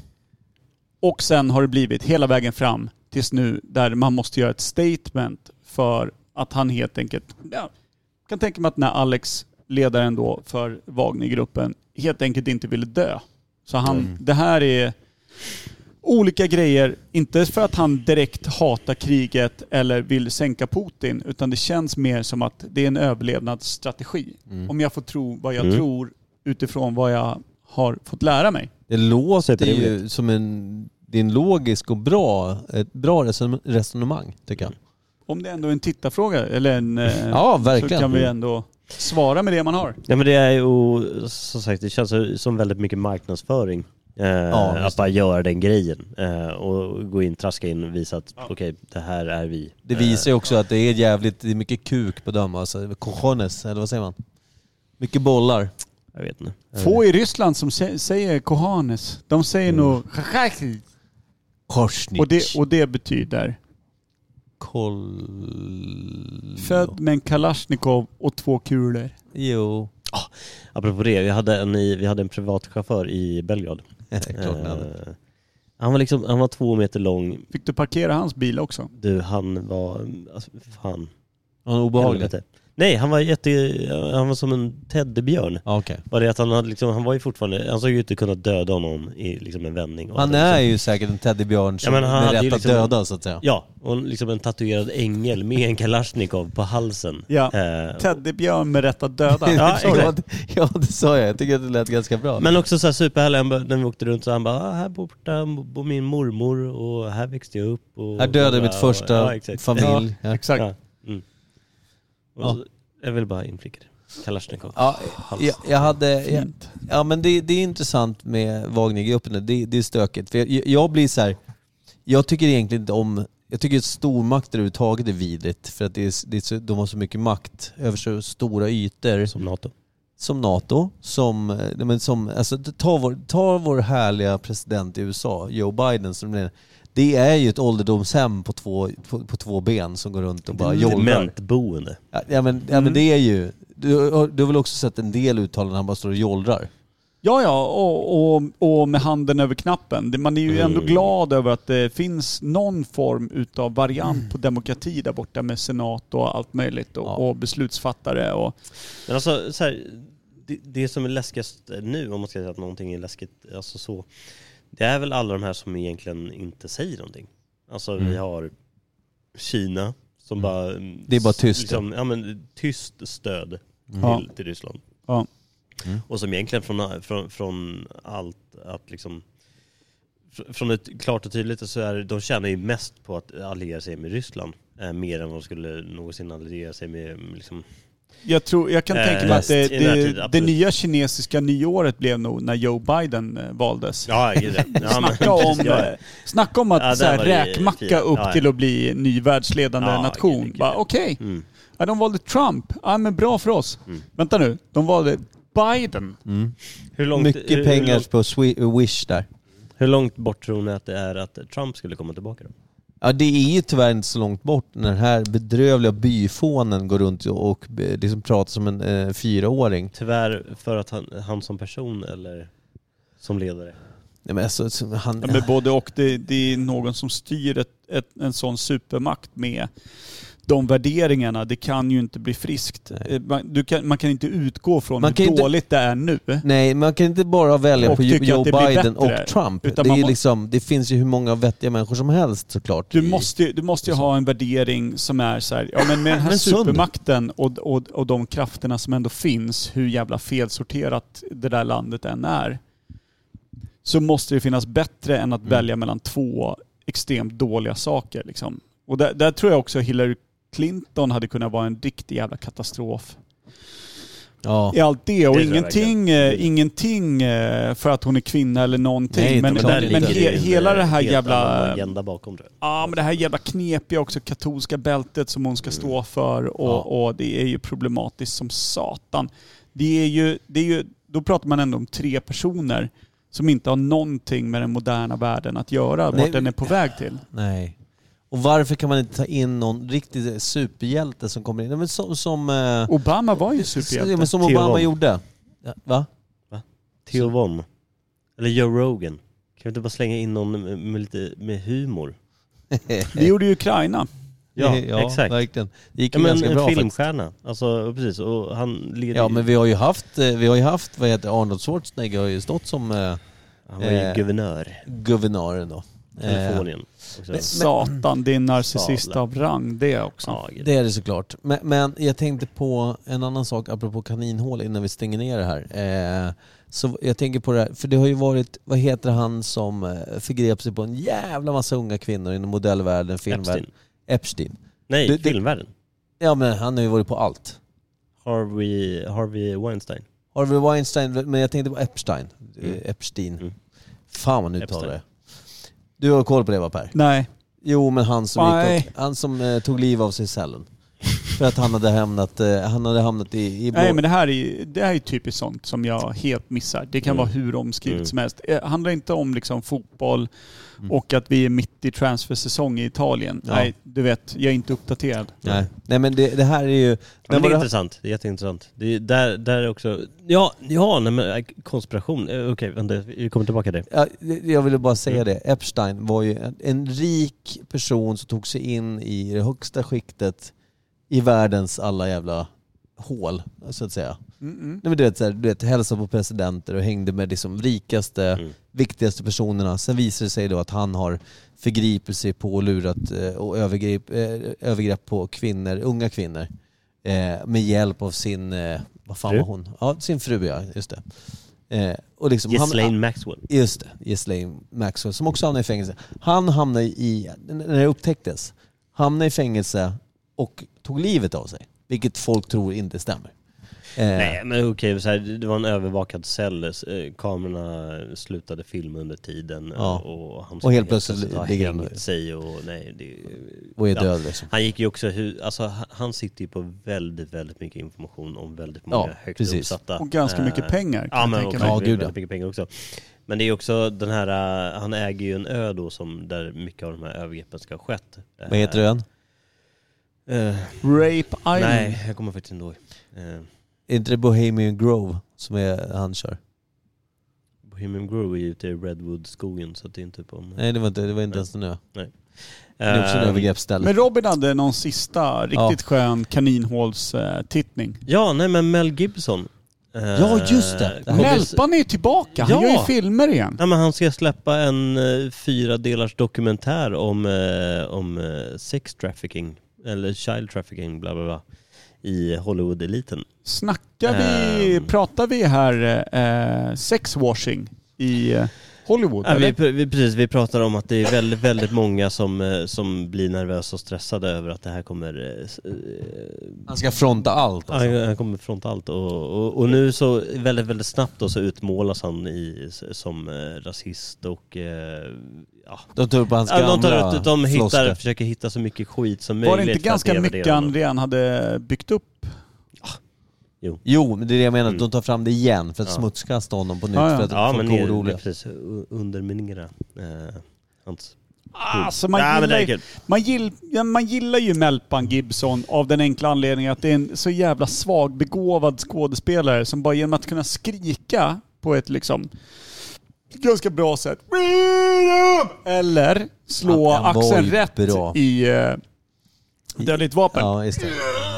Och sen har det blivit hela vägen fram tills nu där man måste göra ett statement för att han helt enkelt... Ja, kan tänka mig att när Alex, ledaren då för Wagnergruppen, helt enkelt inte ville dö. Så det här är olika grejer, inte för att han direkt hatar kriget eller vill sänka Putin, utan det känns mer som att det är en överlevnadsstrategi. Om jag får tro vad jag tror utifrån vad jag har fått lära mig. Det låter ju som det är en logisk och ett bra resonemang, tycker jag. Om det ändå är en tittarfråga eller verkligen. så kan vi ändå svara med det man har. Ja, men det är ju, som sagt, det känns som väldigt mycket marknadsföring. Att bara göra den grejen och gå in, traska in och visa att okej, det här är vi. Det visar ju också att det är mycket kuk på dem, alltså cojones, eller vad säger man? Mycket bollar. Jag vet inte. Få i Ryssland som säger cojones. De säger nog och det betyder född med en Kalashnikov och 2 kulor. Jo. Apropå det, vi hade en privatchaufför i Belgrad. Han var 2 meter lång. Fick du parkera hans bil också? Du, han var... Alltså, fan. Han var obehaglig. Nej, han var som en teddybjörn. Okay. Bara det att han var ju fortfarande... Han såg ju inte kunna döda honom i en vändning. Han är ju säkert en teddybjörn som är rätt att döda, så att säga. Ja, och liksom en tatuerad ängel med en Kalashnikov på halsen. Ja, teddybjörn med rätt att döda. Ja, det sa jag. Jag tycker att det lät ganska bra. Men också så här superhärlig, när vi åkte runt så han bara, här borta bor min mormor och här växte jag upp. Och här dödade mitt första familj. Ja, exakt. Ja. Jag vill bara inflika det. Kalashnikov. Men det är intressant med Wagnergruppen. Det är stökigt. För jag blir så här, jag tycker egentligen inte om... Jag tycker att stormakter överhuvudtaget är vidrigt. För att de har så mycket makt över så stora ytor. Som NATO. Alltså, ta vår härliga president i USA, Joe Biden, det är ju ett ålderdomshem på två ben som går runt och bara jollrar. Dementboende. Men det är ju... Du har väl också sett en del uttalanden han bara står och jollrar. Ja, och med handen över knappen. Man är ju ändå glad över att det finns någon form utav variant på demokrati där borta med senat och allt möjligt och beslutsfattare. Men alltså, så här, det som är läskigast nu, om man ska säga att någonting är läskigt, alltså så... Det är väl alla de här som egentligen inte säger någonting. Alltså vi har Kina som bara... Det är bara tyst. Liksom, tyst stöd till Ryssland. Ja. Och som egentligen från allt att liksom... Från ett klart och tydligt så är de tjänar ju mest på att alliera sig med Ryssland. Mer än vad de skulle någonsin alliera sig med liksom... Jag kan tänka mig att det nya kinesiska nyåret blev nog när Joe Biden valdes. Snacka om att så här, räkmacka upp till att bli ny världsledande nation. Okej. De valde Trump. Men bra för oss. Vänta nu, de valde Biden. Mycket pengar på Wish där. Hur långt bort tror ni att det är att Trump skulle komma tillbaka då? Ja, det är ju tyvärr inte så långt bort när den här bedrövliga byfånen går runt och liksom pratar som en 4-åring. Tyvärr för att han som person eller som ledare? Nej, men alltså, men både och. Det är någon som styr en sån supermakt med de värderingarna. Det kan ju inte bli friskt. Man kan inte utgå från hur dåligt det är nu. Nej, man kan inte bara välja på Joe Biden och Trump. Det är det finns ju hur många vettiga människor som helst, såklart. Du måste ju ha en värdering som är så här, men med den här supermakten och de krafterna som ändå finns, hur jävla felsorterat det där landet än är, så måste det finnas bättre än att välja mellan 2 extremt dåliga saker liksom. Och där tror jag också Hillary Clinton hade kunnat vara en riktig jävla katastrof. Ja. I allt det. Och ingenting för att hon är kvinna eller någonting. Nej, men hela det här jävla... agenda bakom det. Ja, men det här jävla knepiga också katolska bältet som hon ska stå för. Och det är ju problematiskt som satan. Det är ju, då pratar man ändå om 3 personer som inte har någonting med den moderna världen att göra. Vart den är på väg till. Nej. Och varför kan man inte ta in någon riktig superhjälte som kommer in? Men som Obama var ju superhjälte. Men som Obama gjorde. Va? Theo Von. Eller Joe Rogan. Kan vi inte bara slänga in någon med lite med humor? Det gjorde ju Ukraina. Ja, exakt. Verkligen. Det gick men ganska en bra filmstjärna. Alltså, precis. Och han leder Ja, men vi har ju haft vad heter Arnold Schwarzenegger har ju stått som han var ju guvernören då. Kalifornien. Satan, din narcissist av rang, det också. Ja, det är det såklart. Men jag tänkte på en annan sak apropå kaninhål innan vi stänger ner det här. Så jag tänker på det här, för det har ju varit, vad heter han som förgrep sig på en jävla massa unga kvinnor inom modellvärlden, filmvärlden? Epstein. Nej, filmvärlden. Ja, men han har ju varit på allt. Harvey Weinstein. Harvey Weinstein, men jag tänkte på Epstein. Epstein. Fan vad nu uttalar det. Du har koll på det, va, Per? Nej. Jo, men han som tog liv av sig i cellen. För att han hade hamnat i Nej, men det här är typiskt sånt som jag helt missar. Det kan vara hur omskrivet som helst. Det handlar inte om liksom fotboll och att vi är mitt i transfersäsong i Italien. Ja. Nej, du vet, jag är inte uppdaterad. Nej, men det här är ju... Men det är intressant. Det är jätteintressant. Det är där är också... Nej, men konspiration. Okej, vänta, vi kommer tillbaka till det. Ja, jag ville bara säga det. Epstein var ju en rik person som tog sig in i det högsta skiktet i världens alla jävla hål, så att säga. Nej, men du vet, hälsa på presidenter och hängde med liksom rikaste, viktigaste personerna. Sen visar det sig då att han har förgripit sig på och lurat och övergrepp på kvinnor, unga kvinnor, med hjälp av sin, vad fan var hon? Ja, sin fru, ja, just det. Och liksom, Ghislaine Maxwell. Just det, Ghislaine Maxwell, som också hamnade i fängelse. Han hamnade när det upptäcktes, hamnade i fängelse och tog livet av sig. Vilket folk tror inte stämmer. Nej, men okej, så här, det var en övervakad cell. Kamerorna slutade filma under tiden. Ja. Och helt plötsligt ligger han sig och är död liksom. Han gick ju också, han sitter ju på väldigt, väldigt mycket information om väldigt många högt uppsatta. Och ganska mycket pengar. Ja, men väldigt mycket pengar också. Men det är också den här, han äger ju en ö då där mycket av de här övergreppen ska ha skett. Vad heter ön? Rape Island. Nej, jag kommer faktiskt inte ihåg. Är inte det Bohemian Grove som han kör? Bohemian Grove är ju ute i Redwood-skogen, så det är inte på... Nej, det var inte ens en ö. Nej. Det är också en övergreppsställe. Men Robin hade någon sista riktigt skön kaninhålstittning. Ja, nej, men Mel Gibson. Ja, just det. Melpan är ju tillbaka. Han gör ju filmer igen. Ja, men han ska släppa en 4-delars dokumentär om sex trafficking eller child trafficking, bla bla bla, i Hollywood-eliten. Pratar vi här sexwashing i Hollywood? Ja, vi pratar om att det är väldigt, väldigt många som blir nervösa och stressade över att det här kommer... Han ska fronta allt. Alltså. Ja, han kommer fronta allt. Och nu så väldigt, väldigt snabbt då, så utmålas han som rasist och... De tar upp hans gamla försöker hitta så mycket skit som möjligt. Var det inte ganska mycket han redan hade byggt upp? Jo, men det är det jag menar. De tar fram det igen för att smutskasta honom på nytt. För att folk är oroliga. Precis. Underminera hans... Alltså man gillar ju Melpan Gibson av den enkla anledningen att det är en så jävla svag, begåvad skådespelare som bara genom att kunna skrika på ett liksom ganska bra sätt eller slå axeln rätt i dödligt vapen. Ja, just det.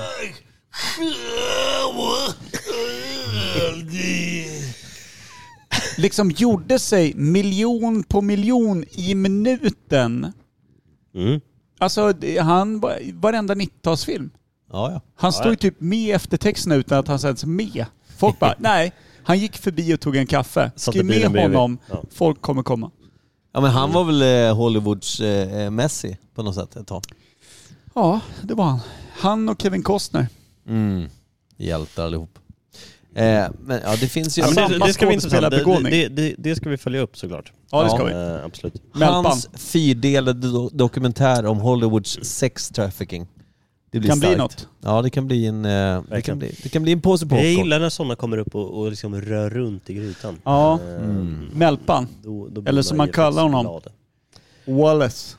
Liksom gjorde sig miljon på miljon i minuten. Alltså han varenda 90-talsfilm. Ja. Han stod ju typ med efter texterna utan att han sätts med. Folk bara, nej. Han gick förbi och tog en kaffe. Skriv med honom. Folk kommer komma. Ja, men han var väl Hollywoods Messi på något sätt ett tag. Ja, det var han. Han och Kevin Costner. Hjältar allihop. Men ja, det finns ju det ska vi inte det ska vi följa upp såklart. Ja, det ska vi. Absolut. Hans 4-delade dokumentär om Hollywoods sex trafficking. Det blir kan starkt. Bli något. Ja, det kan bli en det kan bli en påse popcorn. Jag gillar när sådana kommer upp och liksom rör runt i grytan. Ja. Melpan. Då eller som man kallar honom. Wallace.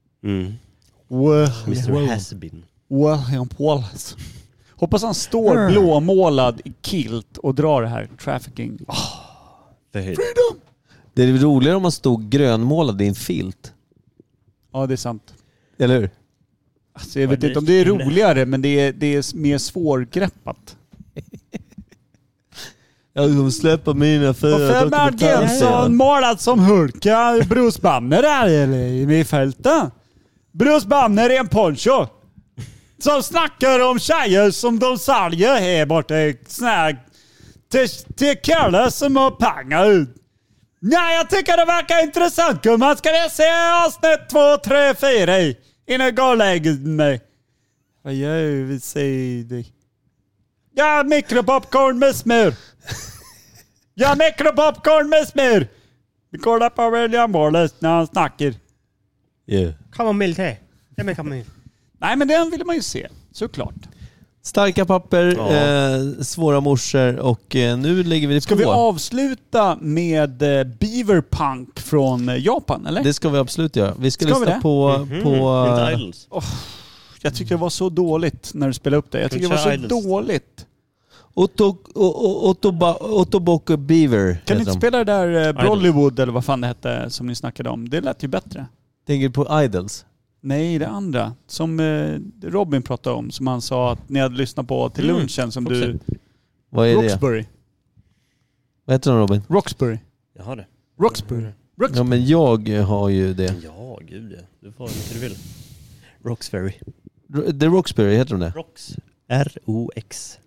Mr. Hasbin. William Wallace. Hoppas han står blåmålad i kilt och drar det här trafficking. Freedom! Det är roligare om man stod grönmålad i en filt. Ja, det är sant. Eller hur? Alltså jag vet inte om det är roligare, men det är mer svårgreppat. Jag kommer släppa mina 4. Och för Mark Jönsson målat som Hulka Bruce Banner där i fältet. Bruce Banner är en poncho. Som snackar om tjejer som de säljer här borta. Till killar som har pengar. Nej, jag tycker det verkar intressant. Man ska jag se avsnitt 2, 3, 4 innan jag går och lägger mig. Vad gör vi säger det? Ja, mikropopcorn med smör. Ja, mikropopcorn med smör. Vi kollar på William Wallace när han snackar. Yeah. Kamomillte. Ja, men kamomil. Nej, men den vill man ju se. Såklart. Starka papper, svåra morsor och nu lägger vi det Ska på. vi avsluta med Beaverpunk från Japan, eller? Det ska vi absolut göra. Vi ska lyssna på Idols. Jag tyckte det var så dåligt när du spelade upp det. Jag tyckte det var så dåligt. Otoboko Beaver. Kan ni inte spela det där Bollywood eller vad fan det hette som ni snackade om? Det lät ju bättre. Tänker på Idols? Nej, det andra. Som Robin pratade om. Som han sa att ni hade lyssnat på till lunchen. Som du... Vad är Roxbury. det? Vad heter den, Robin? Roxbury. Jag har det. Roxbury. Ja, men jag har ju det. Ja, gud ja. Du får inte du vill. Roxbury. The Roxbury, heter de det? Rox. R-O-X.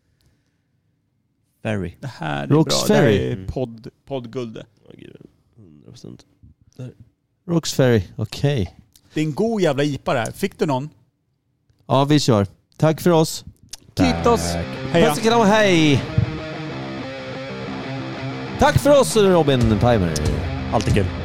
Ferry. Det här är Rox bra. Ferry. Det här är poddgulde. 100%. Roxbury, okej. Det är en god jävla IPA det här. Fick du någon? Ja, vi kör. Tack för oss. Kittos. Heja. Puss och kram, hej! Tack för oss, Robin Pimer. Alltid kul.